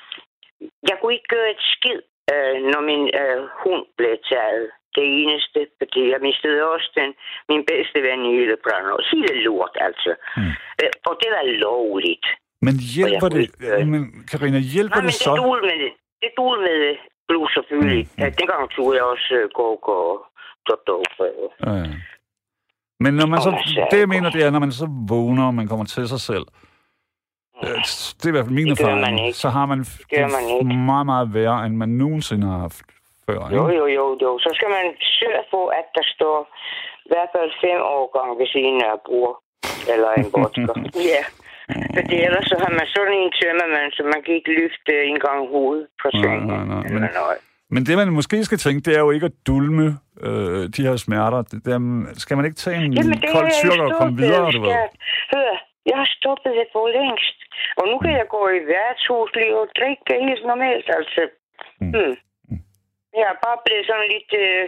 Jeg kunne ikke gøre et skid, øh, når min øh, hund blev taget. Det eneste, fordi jeg mistede også den, min bedste ven i hele brænder. Og hele lort, altså. Mm. Øh, og det var lovligt. Men hjælper det... Ikke, men Karina, hjælper nej, det så? Nej, men det duel med det. Det duel med det blev selvfølgelig. Mm. Mm. Dengang tog jeg også uh, gå og gå og ja, ja. Men når man så... Det, jeg mener, det er, når man så vågner, og man kommer til sig selv. Mm. Det er i hvert fald min erfaring. Så har man det, man meget, meget værre, end man nogensinde har haft. Jo, jo, jo, jo. Så skal man sørge for, at der står i hvert fald fem årgange ved siden af bror eller en vodka. Ja. Fordi ellers så har man sådan en tømmermand, så man kan ikke løfte en gang hovedet på sengen. Nej, nej, nej. Men, men det, man måske skal tænke, det er jo ikke at dulme øh, de her smerter. Det, det er, skal man ikke tage en Jamen, kold tyrker og komme videre, du ved? Hør, jeg har stoppet det for længst. Og nu kan jeg gå i værtshus lige og drikke helt normalt, altså. Mm. Hmm. Jeg er bare blevet sådan lidt øh,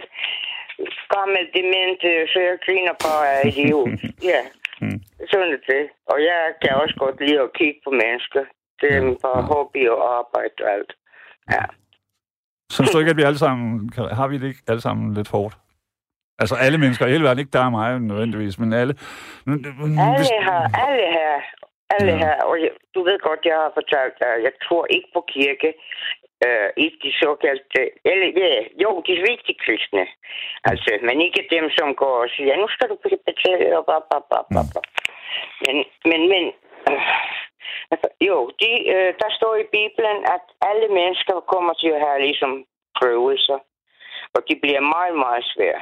gammel dement, øh, så jeg griner bare af idiot. Ja, mm. sådan er det. Og jeg kan også godt lide at kigge på mennesker. Det er ja, bare ja. hobby og arbejde og alt. Ja. Synes du ikke, at vi alle sammen, har vi det ikke alle sammen lidt hårdt? Altså alle mennesker i hele verden, ikke der er mig nødvendigvis, men alle. Alle her, alle her, alle ja. her. Og jeg, du ved godt, jeg har fortalt dig, jeg tror ikke på kirke. Uh, ikke de såkaldte, eller ja, jo, de vigtige kristne. Altså, men ikke dem, som går og siger, nu skal du betale, og bap, bap, bap, bap. Men, men, men, uh, jo, de, uh, der står i Bibelen, at alle mennesker kommer til at have ligesom prøvelser, og de bliver meget, meget svære.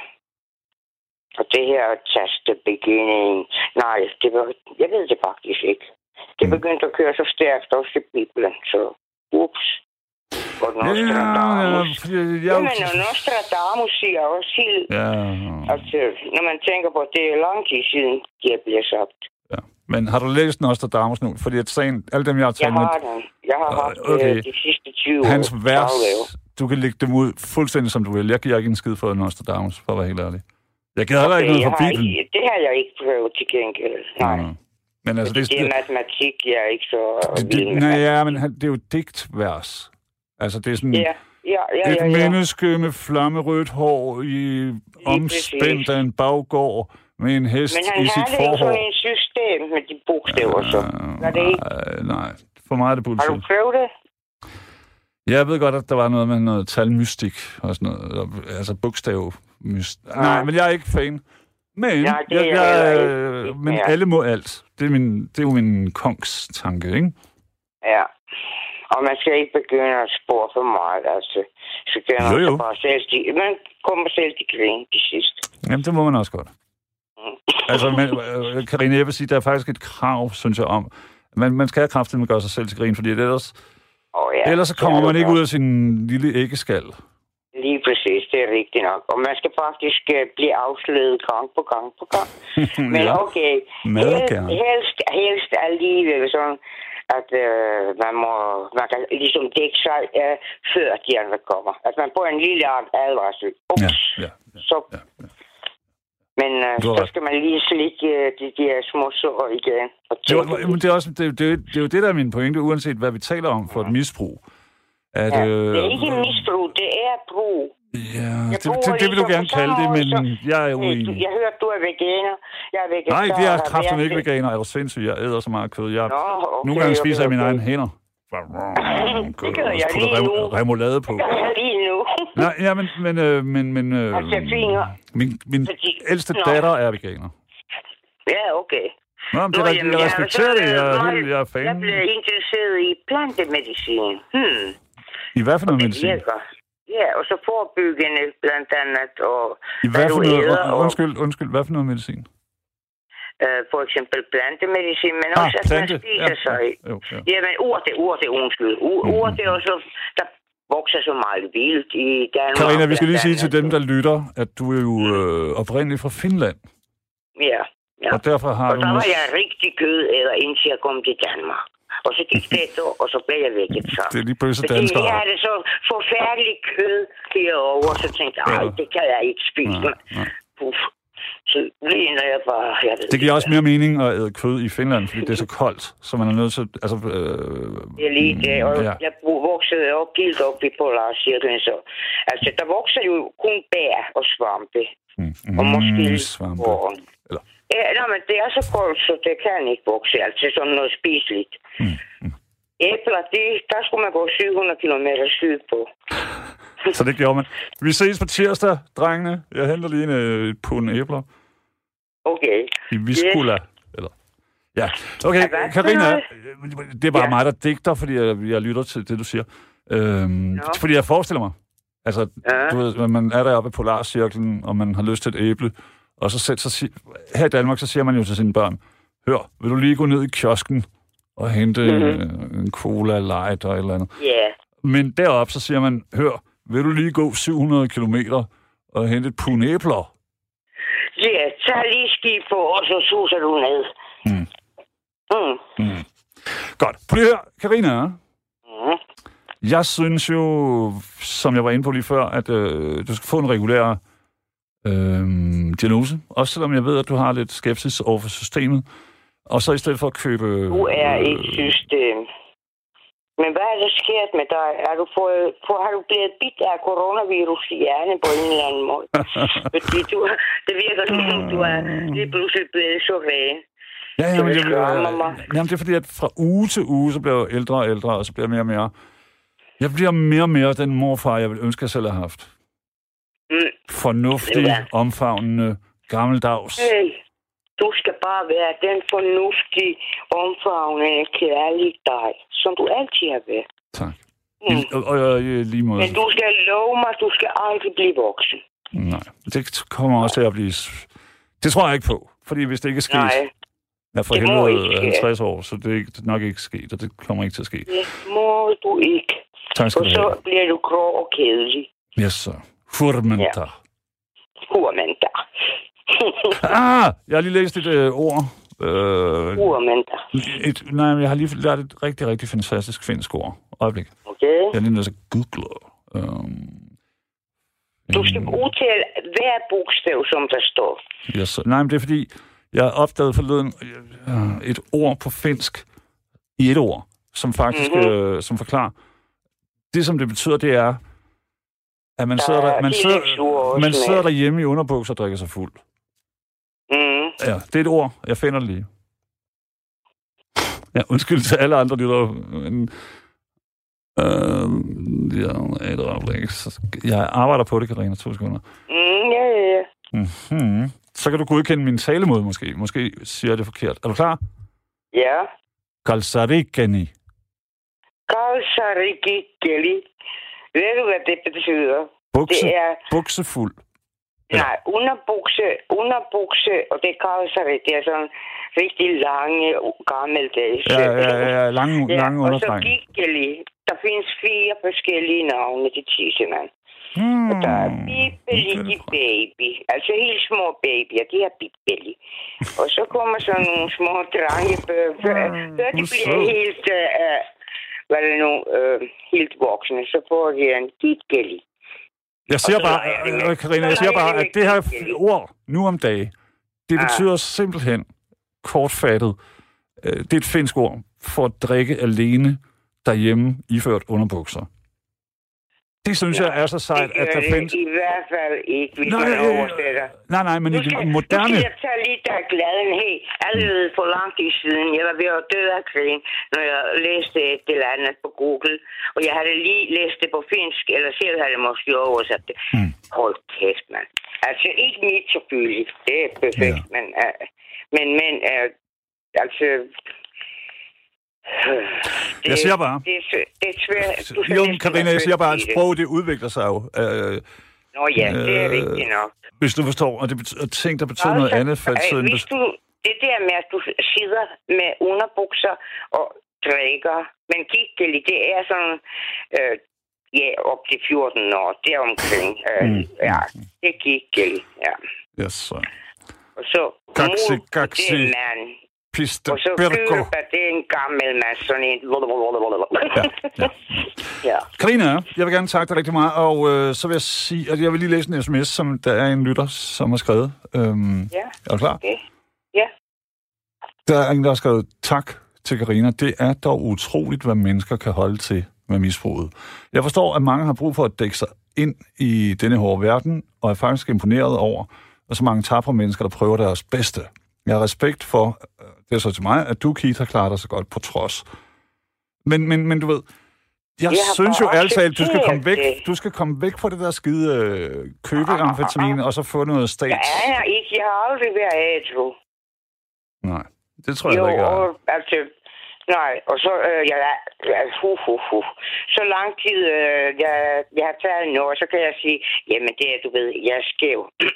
Og det her taste beginning, nej, det var, jeg ved det faktisk ikke. Det begyndte at køre så stærkt også i Bibelen, så ups. Og Nostradamus. Ja, ja, ja, Jamen, og Nostradamus siger også helt... Ja. Altså, når man tænker på, det er lang tid siden, det bliver sagt. Ja. Men har du læst Nostradamus nu? Fordi at sagen, alle dem, jeg har talt med... Jeg har den. Jeg har haft okay. de sidste tyve Hans år. Hans vers, du kan lægge dem ud fuldstændig som du vil. Jeg giver ikke en skid for Nostradamus, for at være helt ærlig. Jeg giver heller okay, ikke noget for Bibelen. Ikke, det har jeg ikke prøvet til gengæld. Nej. Ja. Men altså, det, det er matematik, jeg er ikke så vild med. Nej, ja, men det er jo digtvers. Altså, det er sådan ja, ja, ja, et ja, ja. menneske med flammerødt hår i omspændt af en baggård med en hest i sit forhår. Men han har sådan en system med de bogstaver, så. Er det ikke? Nej, nej, for mig er det bullshit. Har du prøvet det? Jeg ved godt, at der var noget med noget talmystik og sådan noget. Altså bogstavmystik. Nej, nej, men jeg er ikke fan. Men, ja, det jeg, jeg, jeg, ikke. men ja. alle må alt. Det er, min, det er jo min kongs tanke, ikke? Ja. Og man skal ikke begynde at spore for meget, altså. Så kan man jo, jo. bare selv de, man kommer selv til grin til sidst. Jamen, det må man også godt. Mm. Altså, Karina, jeg vil sige, der er faktisk et krav, synes jeg, om, man, man skal have kraftigt med at gøre sig selv til grin, fordi ellers, oh, ja. ellers så kommer man ikke godt. ud af sin lille æggeskal. Lige præcis. præcis. Det er rigtigt nok. Og man skal faktisk uh, blive afsløret gang på gang på gang. Men ja. okay, helst, helst, helst alligevel sådan, at uh, man må man kan ligesom dække sig uh, før de andre kommer. At man får en lille advarsel. Ups, ja, ja, ja, så... Ja, ja. Men uh, så skal man lige slikke uh, de der små sår igen. Det, var, det, er også, det, det, det er jo det, der er min pointe, uanset hvad vi taler om for et misbrug. At, ja, øh, det er ikke misbrug, det er brug. Ja, det, det, det vil du gerne kalde det, men så, jeg er uenig. Jeg hørte, du er veganer. Jeg er veganer. Nej, det er kraftigt ikke veganer. Er du sindssyg? Jeg æder så meget kød. Jeg, Nå, okay, nogle gange spiser okay, jeg mine egne hænder. Det gør jeg lige rem, nu. Remoulade på. Det gør jeg lige nu. Nej, ja, men, men, øh, men, men øh, min, min ældste datter er veganer. Ja, okay. Nå, men det Nå, jamen, jeg respekterer det. Jeg er, helt, jeg er fan. Jeg bliver interesseret i plantemedicin. Hmm. I hvad for noget medicin? Ja, og så forebyggende blandt andet. Og I hvad, hvad for noget? Æder, og, undskyld, undskyld, hvad for noget medicin? Uh, for eksempel plantemedicin, men ah, også at plante. Man spiser ja, sig. Ja, ja. Jamen, urte, urte, undskyld. U- mm. Urte, og så, der vokser så meget vildt i Danmark. Karina, vi skal lige sige til dem, der lytter, at du er jo øh, oprindeligt fra Finland. Ja, ja. Og derfor har og du... Og der var jeg rigtig kød, eller indtil jeg kom til Danmark. Og så gik det et år, og så blev jeg vegetar. Det er lige bøsse danskere. Fordi jeg havde så forfærdeligt kød herovre, så tænkte jeg, ej, det kan jeg ikke spise. Ja, ja. Puff. Så lige når jeg bare... Jeg ved, det giver også mere mening at æde kød i Finland, fordi det er så koldt, så man er nødt til... Altså, øh, det er lige det, og ja. Jeg voksede op helt op i polarcirklen, så... Altså, der vokser jo kun bær og svampe. Mm, mm, og måske svampe. Eller... Ja, nej, men det er så koldt, så det kan ikke vokse. Altså sådan noget spiseligt. Mm, mm. Æbler, det, der skulle man gå syv hundrede kilometer sydpå. Så det gjorde man. Vi ses på tirsdag, drengene. Jeg henter lige en øh, pund æbler. Okay. I Viskula. Yes. Eller... Ja, okay. Karina, det er bare ja. mig, der digter, fordi jeg, jeg lytter til det, du siger. Øhm, no. Fordi jeg forestiller mig, altså, ja. du ved, man er deroppe i polarcirklen, og man har lyst til et æble, og så, så, så her i Danmark, så siger man jo til sine børn, hør, vil du lige gå ned i kiosken og hente mm-hmm. en cola, light og et eller andet? Ja. Yeah. Men deroppe, så siger man, hør, vil du lige gå syv hundrede kilometer og hente et pund æbler? Ja, tag lige ski på, og så suser du ned. Mm. Mm. Mm. Godt. Prøv lige at høre, Karina. Mm. Jeg synes jo, som jeg var inde på lige før, at øh, du skal få en regulær øh, diagnose. Også selvom jeg ved, at du har lidt skepsis over for systemet. Og så i stedet for at købe... Øh, du er et system. Men hvad er der sket med dig? Er du fået, for, har du blevet bidt af coronavirus i hjernen på en eller anden måde? Fordi du, det virker som du er lige pludselig blevet så ren. Ja, ja, men jeg, jeg, jamen, det er fordi, at fra uge til uge, så bliver jeg ældre og ældre, og så bliver jeg mere og mere... Jeg bliver mere og mere den morfar, jeg ville ønske, jeg selv havde haft. Mm. Fornuftig, ja. Omfavnende, gammeldags. Hey. Du skal bare være den fornuftige, omfavnende, kærlige dig, som du altid har været. Tak. Mm. Og, og, og lige måde. Men du skal love mig, du skal aldrig blive voksen. Nej, det kommer også til at blive... Det tror jeg ikke på, fordi hvis det ikke er sket... Nej. Jeg for helvede halvtreds år, så det er nok ikke sket, og det kommer ikke til at ske. Det må du ikke. Tak skal og du have. Og så bliver du grå og kedelig. Yes, sir. Furmenta. Ja. Furmenta. ah, jeg har lige læst et øh, ord. Øh, Furmenta. Et, nej, jeg har lige lært et rigtig, rigtig fantastisk finsk ord. Øjeblik. Okay. Jeg er lige nødt til at google. Um, du skal udtale hver bogstav, som der står. Yes, nej, men det er fordi... Jeg opdagede forleden et ord på finsk i et ord, som faktisk mm-hmm. øh, som forklarer. Det, som det betyder, det er, at man sidder, der, man sidder, man sidder derhjemme i underbukser og drikker sig fuld. Mm. Ja, det er et ord. Jeg finder det lige. Ja, undskyld til alle andre lyttere. Men, øh, ja, et øjeblik. Jeg arbejder på det, Karina. To sekunder. Mm, ja, ja, ja. Mm-hmm. Så kan du godkende min talemåde, måske. Måske siger jeg det forkert. Er du klar? Ja. Kalsarikeni. Kalsarikeni. Ved du, hvad det betyder? Bukse, det er... buksefuld. Nej, underbukse, underbukse, og det er kalsari. Det er sådan rigtig lange, gammeldags. Ja, ja, ja, lange, ja, lange undertræk. Og så gikeli. Der findes fire forskellige navne til tissemand. Hmm. Og der er bibbeli baby. Altså helt små babyer, de har bibbeli. Og så kommer så nogle små drengebørn. Før, før de bliver helt, uh, hvad er det nu, uh, helt voksne, så får de en giggeli. Jeg siger bare, øh, Karina, jeg siger bare, at det her ord, nu om dagen, det betyder ah. simpelthen, kortfattet, øh, det er et finsk ord, for at drikke alene derhjemme iført underbukser. Det synes ja, jeg er så sejt, at der findes... I hvert fald ikke, hvis nej, man oversætter. Nej, nej, men i det moderne... Nu skal jeg tage lidt af gladen. Hey, allerede for lang tid siden, jeg var ved at dø af grin, når jeg læste et eller andet på Google, og jeg havde lige læst det på finsk, eller selv havde jeg måske oversat det. Mm. Hold kæft, mand. Altså, ikke mit selvfølgelig, det er perfekt, ja. men, uh, men, men, uh, altså... Det, jeg siger bare... Det, det, det er svært... Jo, Karina, jeg siger bare, at sproget, det udvikler sig jo. Øh, Nå ja, det er øh, rigtigt nok. Hvis du forstår, og det betyder, ting, der betyder altså, noget andet... For øh, hvis du, det der med, at du sidder med underbukser og drikker, men giggeli, det er sådan... Øh, ja, op til fjorten år, deromkring. Øh, mm. Ja, det er giggeli, ja. Yes, så. Og så... Kaksi, kaksi. Det er mand. Piste, og så Gylper, det er en gammel mand, sådan en... Ja, ja. ja. Karina, jeg vil gerne takke dig rigtig meget, og øh, så vil jeg sige, at jeg vil lige læse en sms, som der er en lytter, som har skrevet. Øhm, ja. Er du klar? Okay. Ja. Der er en, der har skrevet, tak til Karina. Det er dog utroligt, hvad mennesker kan holde til med misbruget. Jeg forstår, at mange har brug for at dække sig ind i denne hårde verden, og er faktisk imponeret over, at så mange tapre mennesker, der prøver deres bedste. Jeg har respekt for, det er så til mig, at du, Keith, har klaret dig så godt på trods. Men, men, men du ved, jeg, jeg synes jo ærligt talt, du skal komme væk, du skal komme væk fra det der skide øh, købeamfetamin, og så få noget stats. Ja, jeg ikke. Jeg har aldrig været ædru. Nej, det tror jeg jo, ikke, jeg har. Altså, nej, og så, øh, jeg, jeg, hu, hu, hu. Så lang tid, øh, jeg, jeg har taget nu, og så kan jeg sige, jamen det er, du ved, jeg er skæv.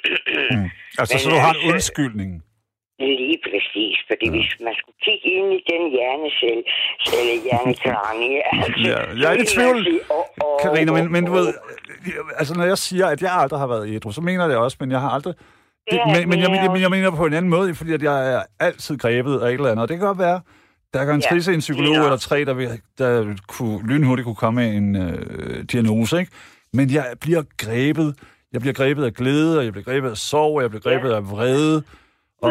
mm. Altså, men, så du har en undskyldning? Lige præcis, fordi ja. Hvis man skulle kigge ind i den hjernecelle, eller hjernekranie... Altså, ja, jeg er ikke i tvivl, Karina, men, men du ved, altså når jeg siger, at jeg aldrig har været ædru, så mener jeg det også, men jeg har aldrig... Det, men, men, jeg, men, men jeg mener på en anden måde, fordi at jeg er altid grebet af et eller andet, og det kan godt være, der kan en ja, trisse en psykolog ja. eller tre, der, vil, der kunne, lynhurtigt kunne komme med en øh, diagnose, ikke? Men jeg bliver grebet, jeg bliver grebet af glæde, og jeg bliver grebet af sorg, og jeg bliver grebet ja. af vrede. Og,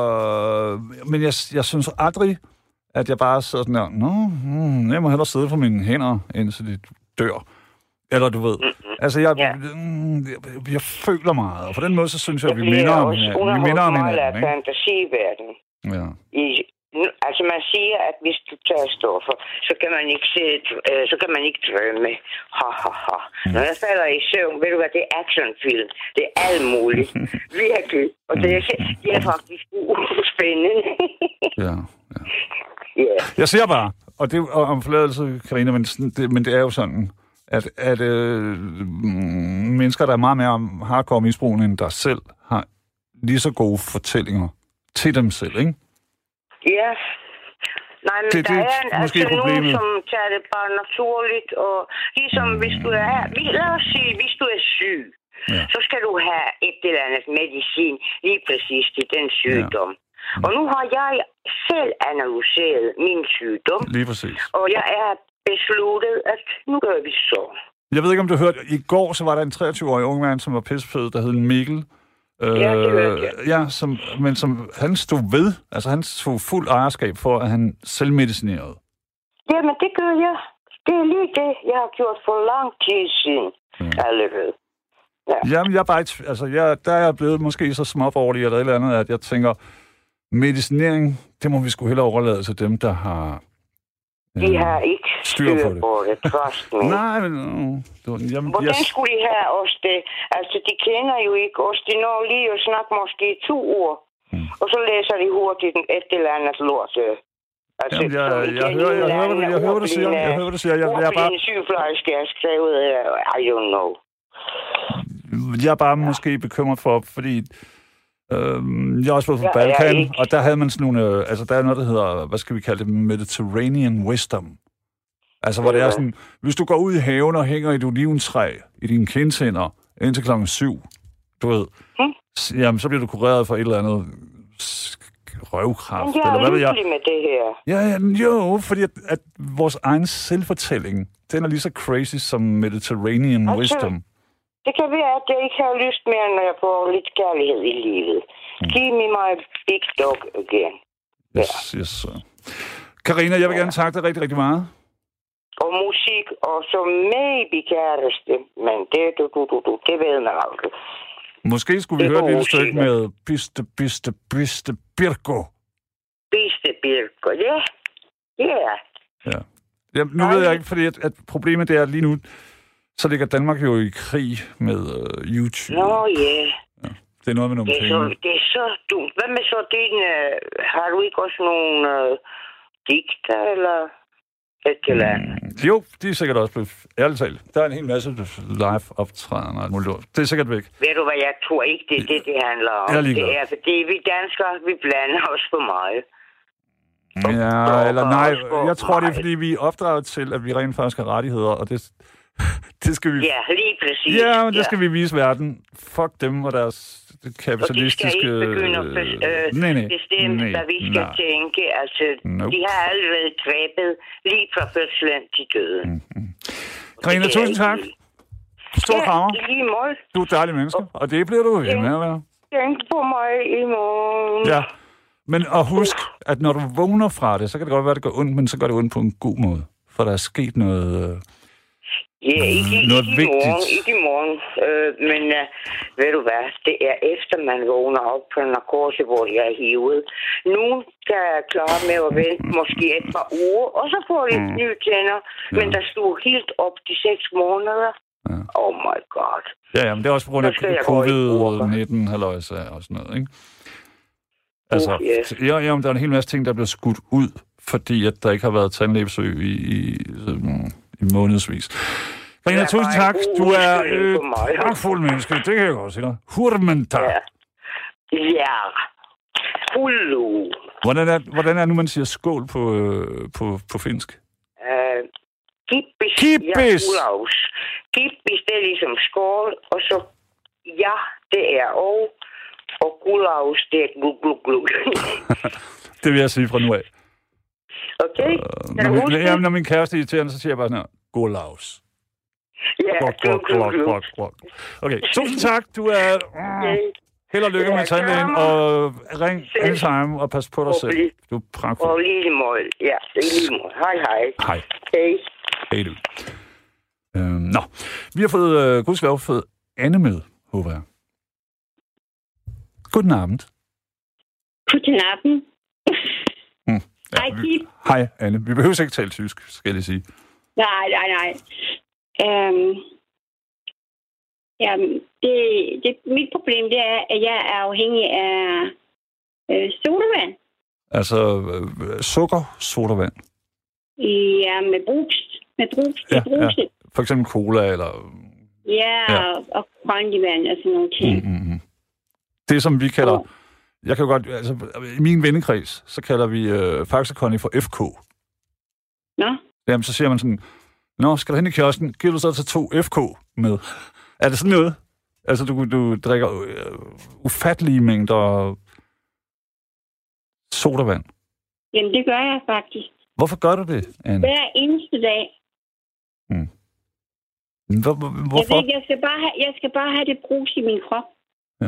øh, men jeg, jeg synes aldrig, at jeg bare sidder sådan der, nå, mm, jeg må hellere sidde på mine hænder, indtil de dør. Eller du ved. Mm-hmm. Altså, jeg, ja. mm, jeg, jeg føler meget, og på den måde, så synes jeg, at vi minder om hinanden. Vi minder om hinanden, ikke? Fantasiverden. Ja. I, altså, man siger, at hvis du tager stoffer, så kan man ikke se, øh, så kan man ikke drømme. Ha, ha, ha. Mm. Når jeg falder i søvn, ved du hvad, det er actionfilm. Det er alt muligt. Virkelig. Og det er, det er faktisk spændende. ja, ja. Yeah. Jeg siger bare, og det er om forladelse, Karina, men det, men det er jo sådan, at, at øh, mennesker, der er meget mere hardcore misbrugende end der selv, har lige så gode fortællinger til dem selv, ikke? Ja. Nej, men det, der det, er en, altså nogen, som tager det bare naturligt, og ligesom mm. hvis du er, lad os sige, hvis du er syg, ja. så skal du have et eller andet medicin lige præcis til den sygdom. Ja. Mm. Og nu har jeg selv analyseret min sygdom. Lige præcis. Og jeg er besluttet, at nu gør vi så. Jeg ved ikke, om du hørte, i går så var der en treogtyve-årig ung mand, som var pissefed, der hed Mikkel. Ja, det hørte jeg. Ja, som, men som han stod ved, altså han tog fuld ejerskab for, at han selvmedicinerede. Jamen, det gør jeg. Det er lige det, jeg har gjort for lang tid siden, ja. allerede. Ja. Jamen, jeg er bare ikke, altså, jeg, der er jeg blevet måske så småborgerlig eller et eller andet, at jeg tænker, medicinering, det må vi sgu hellere overlade til dem, der har De øh, har ikke styr på det, på det trust me. Nej, men... Uh, jamen, Hvordan jeg... skulle de have os det? Altså, de kender jo ikke os. De når lige at snakke måske i to ord. Hmm. Og så læser de hurtigt et eller andet lort. Altså, jamen, jeg, jeg, jeg, hører, jeg, hører, jeg, jeg hører, hvad du siger. Jeg hører, hvad du siger. Jeg, jeg er bare... sygeplejerske har skrevet, I don't know. Jeg er bare ja. måske bekymret for, fordi... Øhm, jeg har også været på ja, Balkan, og der havde man sådan nogle, øh, altså der er noget, der hedder, hvad skal vi kalde det, Mediterranean Wisdom. Altså, hvor det er sådan, hvis du går ud i haven og hænger i et oliventræ i dine kindtænder indtil klokken syv, du ved, hmm? jamen, så bliver du kureret for et eller andet røvkraft. Men jeg eller hvad ved jeg? med det her. Ja, ja, jo, fordi at, at vores egen selvfortælling, den er lige så crazy som Mediterranean altså, wisdom. Det kan være, at jeg ikke har lyst mere, når jeg får lidt kærlighed i livet. Mm. Give me my big dog again. Yes, ja. yes. Karina, jeg vil gerne takke dig rigtig, rigtig meget. Og musik, og så maybe kæreste, men det, du, du, du, du, det ved man aldrig. Måske skulle vi det høre et lille stykke med Biste, Biste, Biste, Birko. Biste, Birko, ja. Yeah. Ja. Ja, nu ved jeg ikke, fordi at, at problemet det er, at lige nu, så ligger Danmark jo i krig med uh, YouTube. Nå, no, yeah. Ja. Det er noget med nogle det er penge. Så, det er så dumt. Hvad med så din... Uh, har du ikke også nogle uh, digter, eller et eller andet? Mm, jo, de er sikkert også blevet... Ærligt talt, der er en hel masse live-optrædener og alt muligt. Det er sikkert væk. Ved du hvad, jeg tror ikke, det er det, det handler om. Det er, fordi vi danskere, vi blander os for meget. Ja, eller nej, jeg tror, det er, fordi vi er opdraget til, at vi rent faktisk har rettigheder, og det, det skal vi... Ja, lige præcis. Ja, men det skal ja. vi vise verden. Fuck dem og deres kapitalistiske... Og de skal ikke begynde at øh, nej, nej, bestemme, nej, hvad vi skal nej. tænke. Altså, nope. De har allerede grebet lige fra fødslen til døden. Mm-hmm. Karina, tusind tak. Stor ja, krammer. I lige måde. Du er et dejligt menneske, og, og det bliver du ved med at være. Tænk på mig i morgen. Ja. Men og husk, at når du vågner fra det, så kan det godt være, at det går ondt, men så går det ondt på en god måde. For der er sket noget, øh, ja, ikke, noget ikke vigtigt. I morgen, ikke i morgen. Øh, men uh, ved du hvad, det er efter, man vågner op på en narkose, hvor jeg er hivet. Nu kan jeg klare med at vente måske et par uger, og så får jeg mm. nye tænder. Ja. Men der stod helt op de seks måneder. Ja. Oh my god. Ja, ja, men det er også på grund af covid nitten, halløjsa og sådan noget, ikke? Altså, uh, yeah. ja, ja, der er en hel masse ting, der bliver skudt ud, fordi at der ikke har været tandlægebesøg i, i, i månedsvis. Karina, tusind tak. Du er et pragtfuld menneske. Det kan jeg godt sige dig. Hurmenta. Ja. Ja. Hullu. Hvordan er, hvordan er nu, man siger skål på, øh, på, på finsk? Uh, kippis. Kippis. Ja, kippis, det er ligesom skål, og så ja, det er og og gullaus, det er gluk, gluk, gluk. Det vil jeg sige fra nu af. Okay. Uh, når, min, ja, når min kæreste irriterer, så siger jeg bare sådan her, gullaus. Ja, gluk, gluk, gluk, gluk, gluk. Okay, tusind tak. Du er... Uh, held og lykke ja, med tandlægen, og ring anytime og pas på dig selv. Du er pragtfuld. Og lige måde. Ja, lige måde. Hej, hej. Hej. Hej. Hej, du. Uh, nå, vi har fået, uh, gudskelov, fået Anne med, håber jeg. Guten Abend. Guten Abend. Hmm. Ja, hej, vi, hej, Anne. Vi behøver ikke tale tysk, skal jeg sige. Nej, nej, nej. Um, jamen, det, det, mit problem det er, at jeg er afhængig af øh, sodavand. Altså øh, sukker, sodavand? Ja, med brus. Med brus. Ja, ja. For eksempel cola eller... Ja, ja. og, og grøntvand og sådan nogle ting. Mm-hmm. Det, som vi kalder... Oh. Jeg kan jo godt... Altså, i min vennekreds, så kalder vi øh, Faxe Conny for F K. Nå? Jamen, så siger man sådan... Nå, skal du hen i kiosken? Giver du så til to F K med? Er det sådan noget? Altså, du, du drikker øh, ufattelige mængder sodavand. Jamen, det gør jeg faktisk. Hvorfor gør du det, Anne? Hver eneste dag. Hmm. Hvor, hvorfor? Jeg, ved, jeg, skal bare have, jeg skal bare have det brus i min krop. Ja.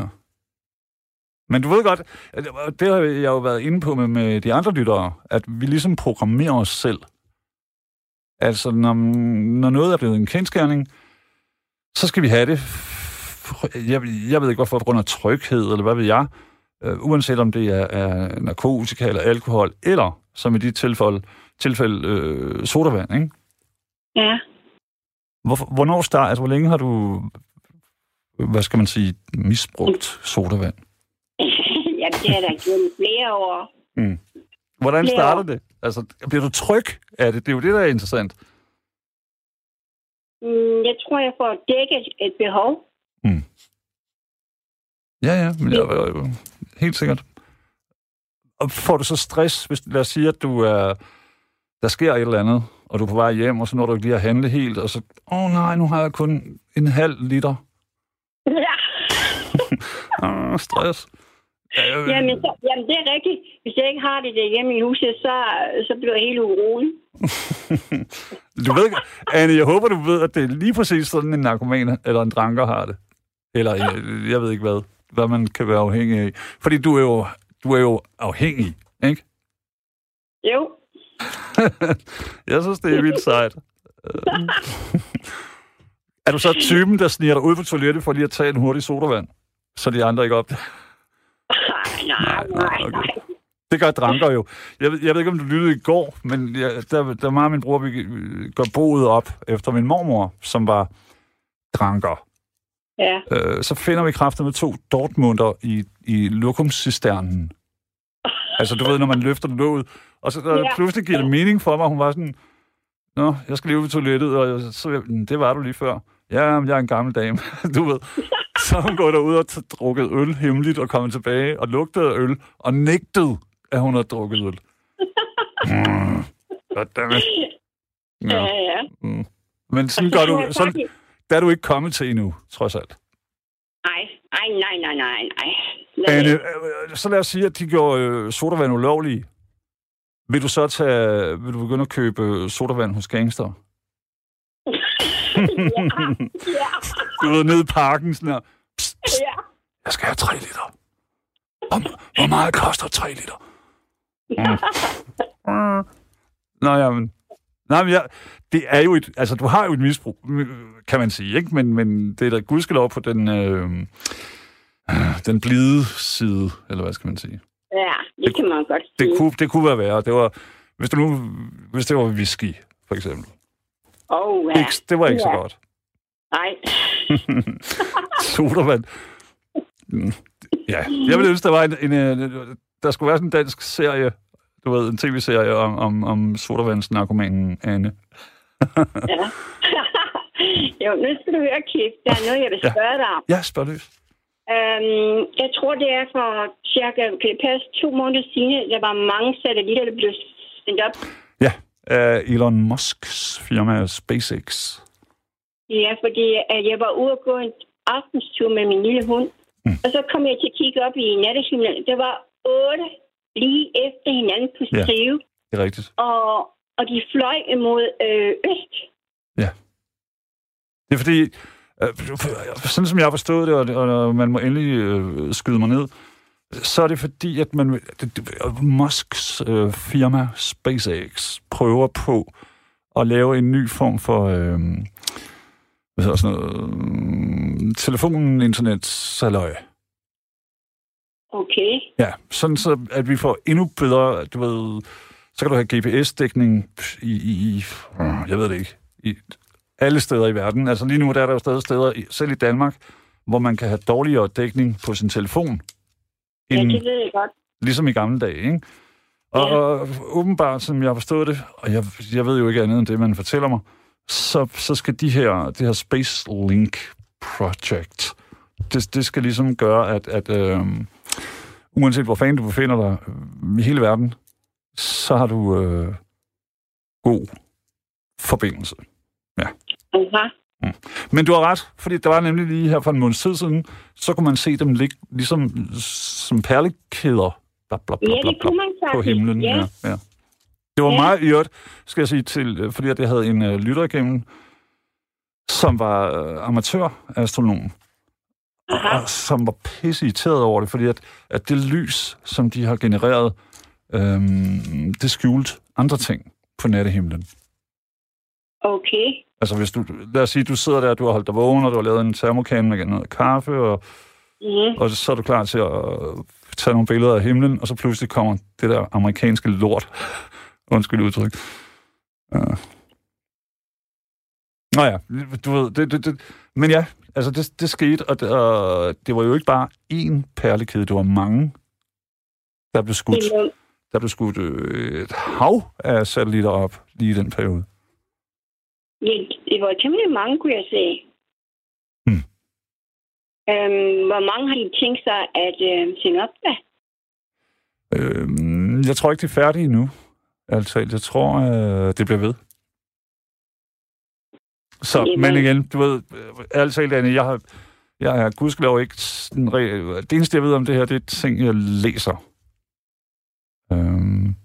Men du ved godt, det har jeg jo været inde på med, med de andre lyttere, at vi ligesom programmerer os selv. Altså, når, når noget er blevet en kendsgerning, så skal vi have det. Jeg, jeg ved ikke, hvorfor, på grund af tryghed, eller hvad ved jeg. Uh, uanset om det er, er narkotika eller alkohol, eller, som i de tilfælde, tilfælde øh, sodavand, ikke? Ja. Hvor, hvornår start, altså, hvor længe har du, hvad skal man sige, misbrugt sodavand? Jamen, det har der gjort flere år. Mm. Hvordan starter det? Altså, bliver du tryg af det? Det er jo det, der er interessant. Mm, jeg tror, jeg får dækket et behov. Mm. Ja, ja, men jeg, jeg, helt sikkert. Og får du så stress, hvis lad os sige, at du er, der sker et eller andet, og du er på vej hjem, og så når du ikke lige at handle helt, og så, åh oh, nej, nu har jeg kun en halv liter. Ja. ah, stress. Øh... Jamen, så, jamen, det er rigtigt. Hvis jeg ikke har det derhjemme i huset, så, så bliver jeg helt urolig. Du ved, Anne, jeg håber, du ved, at det er lige præcis sådan, en narkoman eller en dranker har det. Eller jeg, jeg ved ikke hvad. Hvad man kan være afhængig af. Fordi du er jo, du er jo afhængig, ikke? Jo. Jeg synes, det er vildt sejt. Er du så typen, der sniger dig ud på toilettet for lige at tage en hurtig sodavand, så de andre ikke op? nej, nej, okay. nej. Det gør dranker jo. Jeg ved, jeg ved ikke, om du lyttede i går, men jeg, der, der var min bror, vi går boet op efter min mormor, som var dranker. Ja. Øh, så finder vi kræfter med to Dortmunder i, i lokumcisternen. Altså, du ved, når man løfter låget. Og så der, ja. pludselig giver det mening for mig. Hun var sådan, nå, jeg skal lige ud i toilettet, og så, det var du lige før. Ja, men jeg er en gammel dame, du ved. Så hun går derud og drukket øl hemmeligt og kommer tilbage og lugtede af øl og nægtede, at hun havde drukket øl. Mm. Goddammit. Ja, ja. ja. Mm. Men sådan gør du, sådan, der er du ikke kommet til endnu, trods alt. Nej, nej, nej, nej, nej, nej. Anne, så lad os sige, at de gjorde øh, sodavand ulovlige. Vil du så tage, vil du begynde at købe sodavand hos gangster? ja, ja. Du ved, nede i parken, sådan her. Psst, psst. Ja. Jeg skal have tre liter. Hvor, hvor meget koster tre liter? Mm. Nå, jamen. Nej, men jeg, det er jo et, altså du har jo et misbrug, kan man sige, ikke? Men, men det er da gudskelov på den, øh, den blide side, eller hvad skal man sige? Ja, det, det kan man godt sige. Det kunne, det kunne være værre. Det var, hvis, du nu, hvis det var whisky, for eksempel. Oh, ja. Det, det var ikke ja. så godt. Nej. Sodavand. Ja, jeg ville ønske, der var en, en, en, der skulle være sådan en dansk serie, du ved, en tv-serie om, om, om sodavandsnarkomanen Anne. ja. Jo, nu skal du høre, Keith. Der er noget, jeg vil spørge ja. dig om. Ja, spørg løs. Øhm, jeg tror, det er for cirka, kan det passe, to måneder siden, der var mange satellitter, der blev sendt op. Ja, uh, Elon Musks firma SpaceX. Ja, fordi uh, jeg var ude og gå en aftenstur med min lille hund. Mm. Og så kom jeg til at kigge op i nattehimlen. Der var otte lige efter hinanden på strive. Ja, det er rigtigt. Og, og de fløj imod øh, øst. Ja. Det er fordi, øh, sådan som jeg har forstået det, og, det, og man må endelig øh, skyde mig ned, så er det fordi, at man, det, det, Musks øh, firma SpaceX prøver på at lave en ny form for øh, hvad hedder sådan noget, øh, telefonen, internet, saløje. Okay. Ja, sådan så, at vi får endnu bedre, du ved, så kan du have G P S-dækning i, i, i jeg ved det ikke, i alle steder i verden. Altså lige nu der er der jo stadig steder, selv i Danmark, hvor man kan have dårligere dækning på sin telefon. Ja, det ved jeg godt. Ligesom i gamle dage, ikke? Og, ja. og åbenbart, som jeg har forstået det, og jeg, jeg ved jo ikke andet end det, man fortæller mig, så, så skal de her, det her Space Link Project, det, det skal ligesom gøre, at, at øh, uanset hvor fanden du befinder dig i hele verden, så har du øh, god forbindelse. Ja. Okay. Mm. Men du har ret, fordi der var nemlig lige her for en måneds tid siden, så kunne man se dem ligge ligesom som perlekæder bla, bla, bla, ja, det kunne man på himlen. Ja. Ja, ja. Det var ja. meget i øvrigt, skal jeg sige, til, fordi jeg havde en uh, lytter igennem, som var uh, amatørastronom, og, og som var pisse irriteret over det, fordi at, at det lys, som de har genereret, øhm, det skjulte andre ting på nattehimlen. Okay. Altså hvis du, lad os sige, du sidder der, du har holdt dig vågen, og du har lavet en termokan med noget kaffe, og, mm. og så er du klar til at tage nogle billeder af himlen, og så pludselig kommer det der amerikanske lort. Undskyld udtryk. Uh. Nå ja, du ved, det, det, det. Men ja, altså det, det skete, og det, og det var jo ikke bare én perlekæde, det var mange, der blev skudt. Mm. Der blev skudt øh, et hav af satellitter op lige i den periode. Ja, det var temmelig mange, kunne jeg se. Hmm. Øhm, hvor mange har I tænkt sig at øh, sende op da? Øhm, jeg tror ikke, de er færdige endnu. Altså, jeg tror, øh, det bliver ved. Så, Jamen. men igen, du ved, ærligt talt, Anne, jeg har, jeg er gudskelov ikke sådan, det eneste, jeg ved om det her, det er ting, jeg læser. Øhm.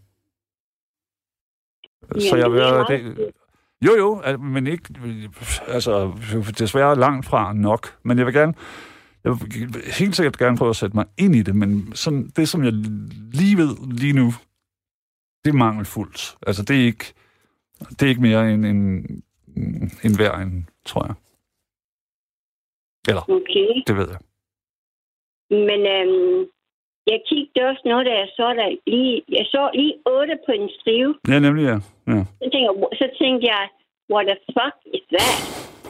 Jamen, så jeg vil... det Det, jo, jo, men ikke... Altså, desværre langt fra nok. Men jeg vil gerne... Jeg vil helt sikkert gerne prøve at sætte mig ind i det, men sådan, det, som jeg lige ved lige nu, det er mangelfuldt. Altså, det er ikke, det er ikke mere end en, en hver en, tror jeg. Eller, Okay. det ved jeg. Men øhm, jeg kiggede også noget, da jeg så der lige... Jeg så lige otte på en strive. Ja, nemlig, ja. ja. Så tænkte, jeg, så tænkte jeg, what the fuck is that?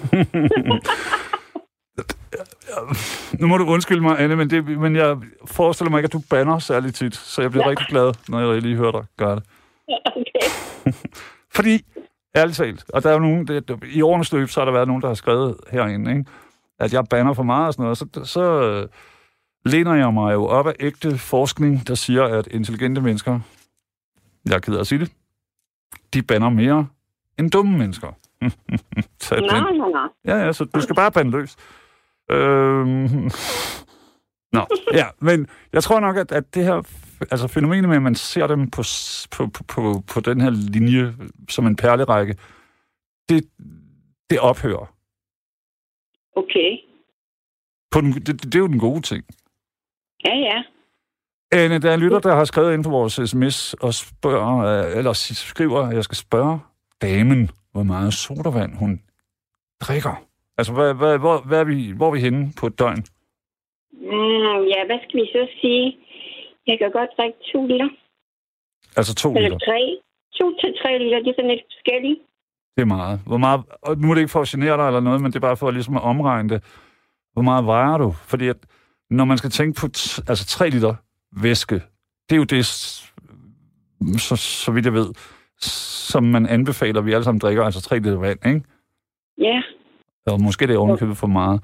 Nu må du undskylde mig, Anne, men, det, men jeg forestiller mig ikke, at du banner særlig tit, så jeg bliver ja. rigtig glad, når jeg lige hører dig gøre det. Okay. Fordi, ærligt talt, og der er jo nogen, det, i årenes løb, så har der været nogen, der har skrevet herinde, ikke? At jeg banner for meget og sådan noget, så, så øh, læner jeg mig jo op af ægte forskning, der siger, at intelligente mennesker, jeg er ked af at sige det, de banner mere end dumme mennesker. Nå, nå, nå. Ja, ja, så du skal bare bande løs. Øhm... Nå, ja, men jeg tror nok, at, at det her, altså fænomenet med, at man ser dem på, på, på, på, på den her linje som en perlerække, det, det ophører. Okay. På den, det, det er jo den gode ting. Ja, ja. Anne, der er en lytter, der har skrevet ind på vores sms og spørger, eller skriver, at jeg skal spørge damen, hvor meget sodavand hun drikker. Altså, hvad, hvad, hvor, hvad er vi, hvor er vi henne på et døgn? Mm, ja, hvad skal vi så sige? Jeg kan godt drikke to liter. Altså to Eller liter? tre. To til tre liter, det er sådan lidt forskelligt. Det er meget. Hvor meget. Og nu er det ikke for at genere dig eller noget, men det er bare for ligesom at omregne det. Hvor meget vejer du? Fordi at, når man skal tænke på t- altså tre liter væske, det er jo det, så, så vidt jeg ved, som man anbefaler, vi alle sammen drikker, altså tre liter vand, ikke? Ja. Og måske det er ovenikøbet for meget.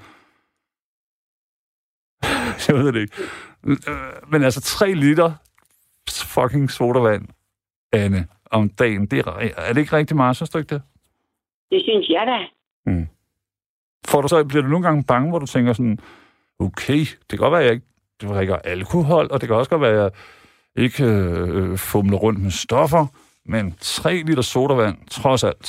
Jeg ved det ikke. Men altså tre liter fucking sodavand, Anne, om dagen, det er, er det ikke rigtig meget, synes du ikke det? Det synes jeg da. Mm. Får du så, bliver du nogle gange bange, hvor du tænker sådan, okay, det kan godt være, at jeg ikke drikker alkohol, og det kan også godt være, at jeg ikke øh, fumler rundt med stoffer, men tre liter sodavand, trods alt,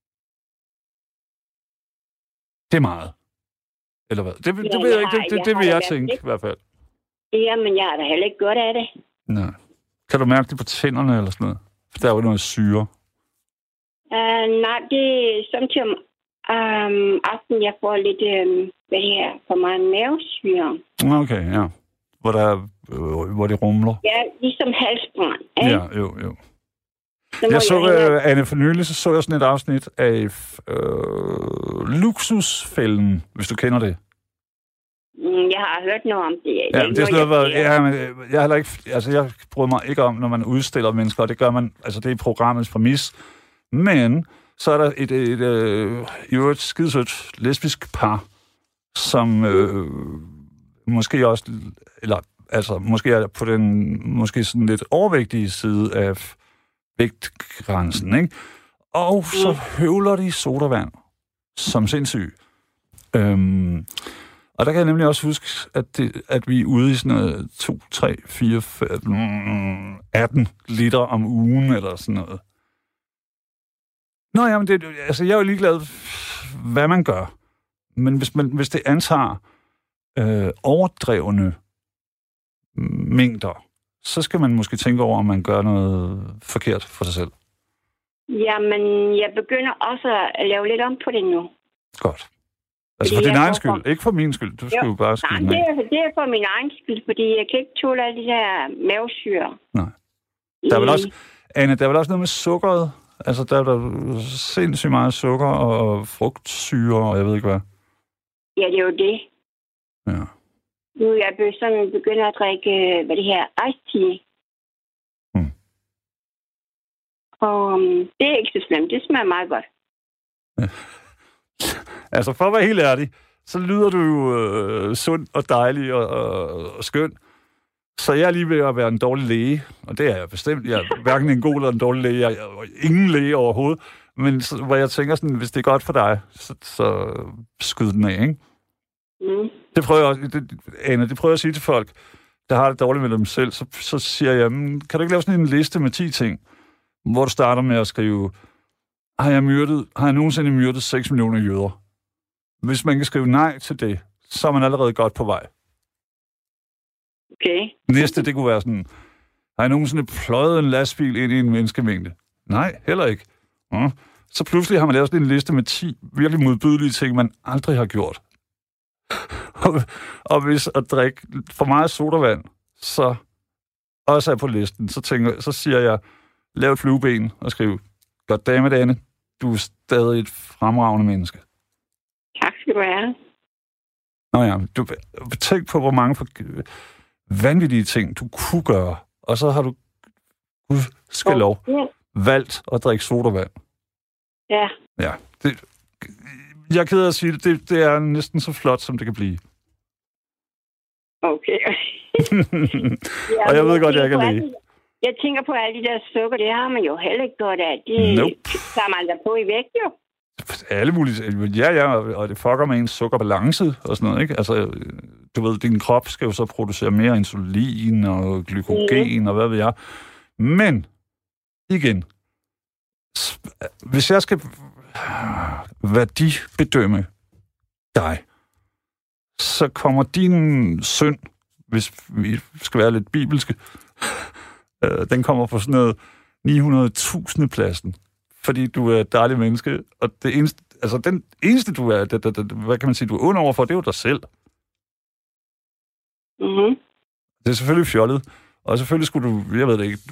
det er meget. Eller hvad? Det, det, det Ja, ved jeg ikke, jeg det, det, har- det vil jeg jeg har tænke været i hvert fald. Jamen, jeg har da heller ikke godt af det. Nej. Kan du mærke det på tænderne eller sådan noget? For der er jo noget syre. Uh, nej, det er samtidig om um, aftenen, jeg får lidt, um, hvad det her, for meget mavesyre. Okay, ja. Hvor, der, øh, hvor det rumler. Ja, ligesom halsbrand. Ja, jo, jo. Så må Jeg så, hellere- øh, Anne, for nylig, så så jeg sådan et afsnit af øh, Luksusfælden, hvis du kender det. Mm, jeg har hørt noget om det. Ja, det er sådan noget, hvor, ja, men, øh, jeg, heller ikke, altså, jeg bryder mig ikke om, når man udstiller mennesker, og det gør man, altså det er programmets præmis. Men så er der et, et, et, et i øvrigt skidesødt lesbisk par, som øh, måske også, eller altså måske er på den måske sådan lidt overvægtige side af vægtgrænsen, ikke? Og så høvler de sodavand som sindssyg. Øhm, og der kan jeg nemlig også huske, at, det, at vi er ude i sådan noget to, tre, fire, fem, atten liter om ugen, eller sådan noget. Nå ja, men det, altså, jeg er jo ligeglad, hvad man gør. Men hvis, man, hvis det antager øh, overdrevne mængder, så skal man måske tænke over, om man gør noget forkert for sig selv. Jamen, jeg begynder også at lave lidt om på det nu. Godt. Altså for Fordi din jeg egen går skyld, for- ikke for min skyld. Du skal jo, jo bare Nej, skyde det mig. er, det er for min egen skyld, fordi jeg kan ikke tåle alle de her mavesyre. Nej. Der er vel også, Anne, der er vel også noget med sukkeret. Altså, der er der sindssygt meget sukker og frugtsyre, og jeg ved ikke hvad. Ja, det er jo det. Ja. Nu er jeg be- sådan begyndt at drikke, hvad det her, iced tea. Hmm. Og um, det er ikke så slemt. Det smager meget godt. Altså, for at være helt ærlig, så lyder du jo øh, sund og dejlig og, og, og skøn. Så jeg er lige ved at være en dårlig læge, og det er jeg bestemt. Jeg er hverken en god eller en dårlig læge. Jeg er ingen læge overhovedet. Men så, hvor jeg tænker sådan, hvis det er godt for dig, så, så skyd den af, ikke? Mm. Det prøver jeg også, det, Anne, det prøver jeg at sige til folk, der har det dårligt med dem selv. Så, så siger jeg, kan du ikke lave sådan en liste med ti ting, hvor du starter med at skrive, har jeg, myrdet, har jeg nogensinde myrdet seks millioner jøder? Hvis man kan skrive nej til det, så er man allerede godt på vej. Okay. Næste, det kunne være sådan, har jeg nogensinde pløjet en lastbil ind i en menneskemængde? Nej, heller ikke. Ja. Så pludselig har man lavet sådan en liste med ti virkelig modbydelige ting, man aldrig har gjort. og, og hvis at drikke for meget sodavand, så også er på listen, så, tænker, så siger jeg, lav et flueben og skriv, goddammit, Anne, du er stadig et fremragende menneske. Tak skal du have. Nå ja, du, tænk på, hvor mange for, vanvittige ting, du kunne gøre, og så har du, gud skal lov, ja. valgt at drikke sodavand. Ja. Ja, det, jeg er ked af at sige det, det, det er næsten så flot, som det kan blive. Okay. ja, og jeg ved jeg godt, jeg ikke er læge. Jeg tænker på alle de der sukker, det har man jo heller ikke godt af. De nope. tager man da på i vægt, jo. Alle mulige. Ja, ja, og det fucker med ens sukkerbalance og sådan noget, ikke? Altså, du ved, din krop skal jo så producere mere insulin og glykogen mm. og hvad ved jeg. Men, igen, hvis jeg skal værdibedømme dig, så kommer din synd, hvis vi skal være lidt bibelske, øh, den kommer på sådan noget ni hundrede tusind pladsen, fordi du er et dejligt menneske, og det eneste, altså den eneste, du er, det, det, det, hvad kan man sige, du er under overfor, det er jo dig selv. Mm-hmm. Det er selvfølgelig fjollet, og selvfølgelig skulle du, jeg ved det ikke,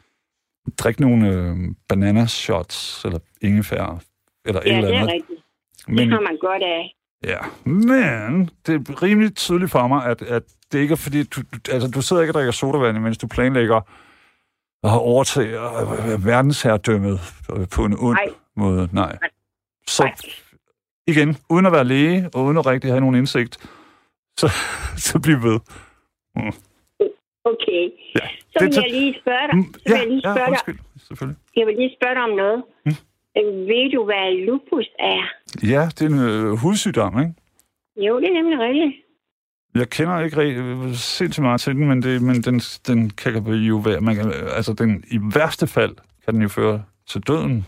drikke nogle øh, banana-shots, eller ingefær, eller ja, et eller andet. Ja, det er rigtigt. Men, det har man godt af. Ja, men det er rimelig tydeligt for mig, at, at det ikke er fordi, du, du, altså, du sidder ikke og drikker sodavand, mens du planlægger at overtage verdensherredømmet på en ond Nej. måde. Nej. Så Nej. igen, uden at være læge, og uden at rigtig have nogen indsigt, så, så bliv ved. Mm. Okay. Ja. Så vil jeg lige spørge dig. Så vil ja, jeg lige spørge ja, undskyld. Selvfølgelig. Jeg vil lige spørge dig om noget. Mm. Ved du, hvad lupus er? Ja, det er en øh, hudsygdom, ikke? Jo, det er nemlig rigtigt. Jeg kender ikke rigtig sindssygt meget til den, men, det, men den, den kan jo være... Man kan, altså, den, i værste fald kan den jo føre til døden.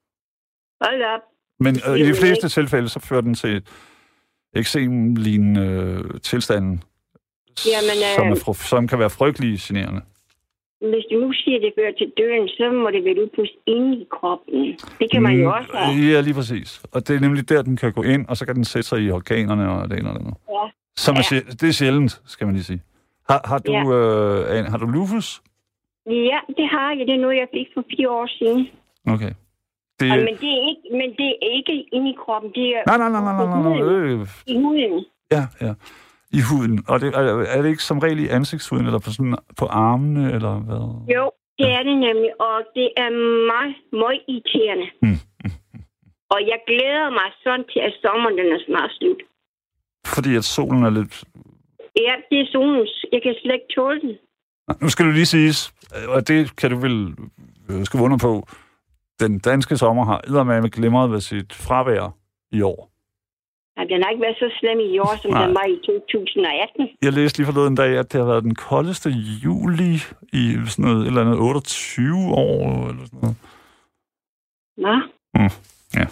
Hold op. Men øh, i de fleste ikke. tilfælde, så fører den til eksem-lignende øh, tilstanden, Jamen, øh, som, er, som kan være frygtelig generende. Hvis du nu siger, at det fører til døden, så må det være lupus inde i kroppen. Det kan man mm, jo også have. Ja, lige præcis. Og det er nemlig der, den kan gå ind, og så kan den sætte sig i organerne og det ene og det andet. Ja. Som ja. er, det er sjældent, skal man lige sige. Har, har, du, ja. øh, har du lupus? Ja, det har jeg. Det er noget, jeg fik for fire år siden. Okay. Det... Ja, men, det er ikke, men det er ikke inde i kroppen. Det er nej, nej, nej, nej, nej, nej. Øh. I huden. Ja, ja. I huden. Og det, er, er det ikke som regel i ansigtshuden, eller på, sådan, på armene, eller hvad? Jo, det er det nemlig. Og det er meget, meget irriterende. Mm. Mm. Og jeg glæder mig sådan til, at sommeren den er snart slut. Fordi at solen er lidt... Ja, det er solen. Jeg kan slet ikke tåle den. Nu skal du lige siges, og det kan du vel skrive under på, den danske sommer har eddermame glimret ved sit fravær i år. Ja, den har ikke været så slem i år, som Nej. den var i to tusind atten. Jeg læste lige forleden dag, at det har været den koldeste juli i sådan noget, et eller andet otteogtyve år, eller sådan noget. Nå. Mm, ja.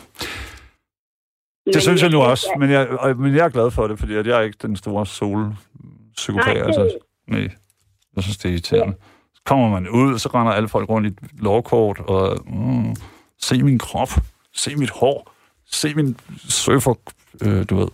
Det men synes jeg, jeg nu også, ja. men, jeg, men jeg er glad for det, fordi jeg er ikke den store solpsykopat. Nej, altså, nej, jeg synes, det er irriterende. Ja. Så kommer man ud, så render alle folk rundt i et lovkort, og mm, se min krop, se mit hår, se min surfer, øh, du ved.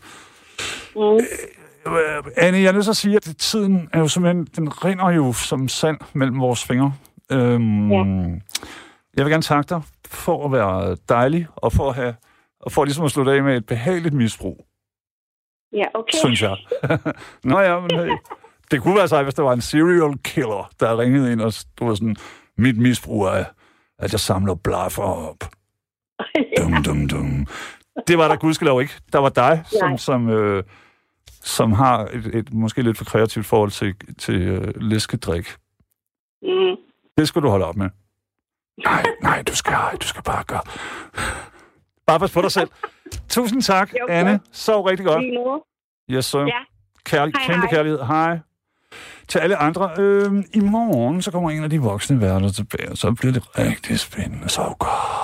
Mm. Øh, Anne, jeg er nødt til at sige, at tiden er jo simpelthen, den rinder jo som sand mellem vores fingre. Øhm, ja. Jeg vil gerne takke dig for at være dejlig, og for at have og for ligesom at slutte af med et behageligt misbrug. Ja, okay. Synes jeg. Nå ja, men hey, det kunne være sig, hvis der var en serial killer, der ringede ind og stod sådan, mit misbrug er, at jeg samler blaffer op. Dum, dum, dum. Det var der gudskelov ikke. Der var dig, som, som, øh, som har et, et måske lidt for kreativt forhold til, til øh, læskedrik. Mm. Det skal du holde op med. Nej, nej, du skal, du skal bare gøre. Bare pas på dig selv. Tusind tak, Jo, Anne. Sov rigtig godt. Lige nu. Yes, sir. Ja. Kærlig, Hej, kæmpe hej. kærlighed. Hej. Til alle andre. Øh, I morgen, så kommer en af de voksne værter tilbage, og så bliver det rigtig spændende. Så godt.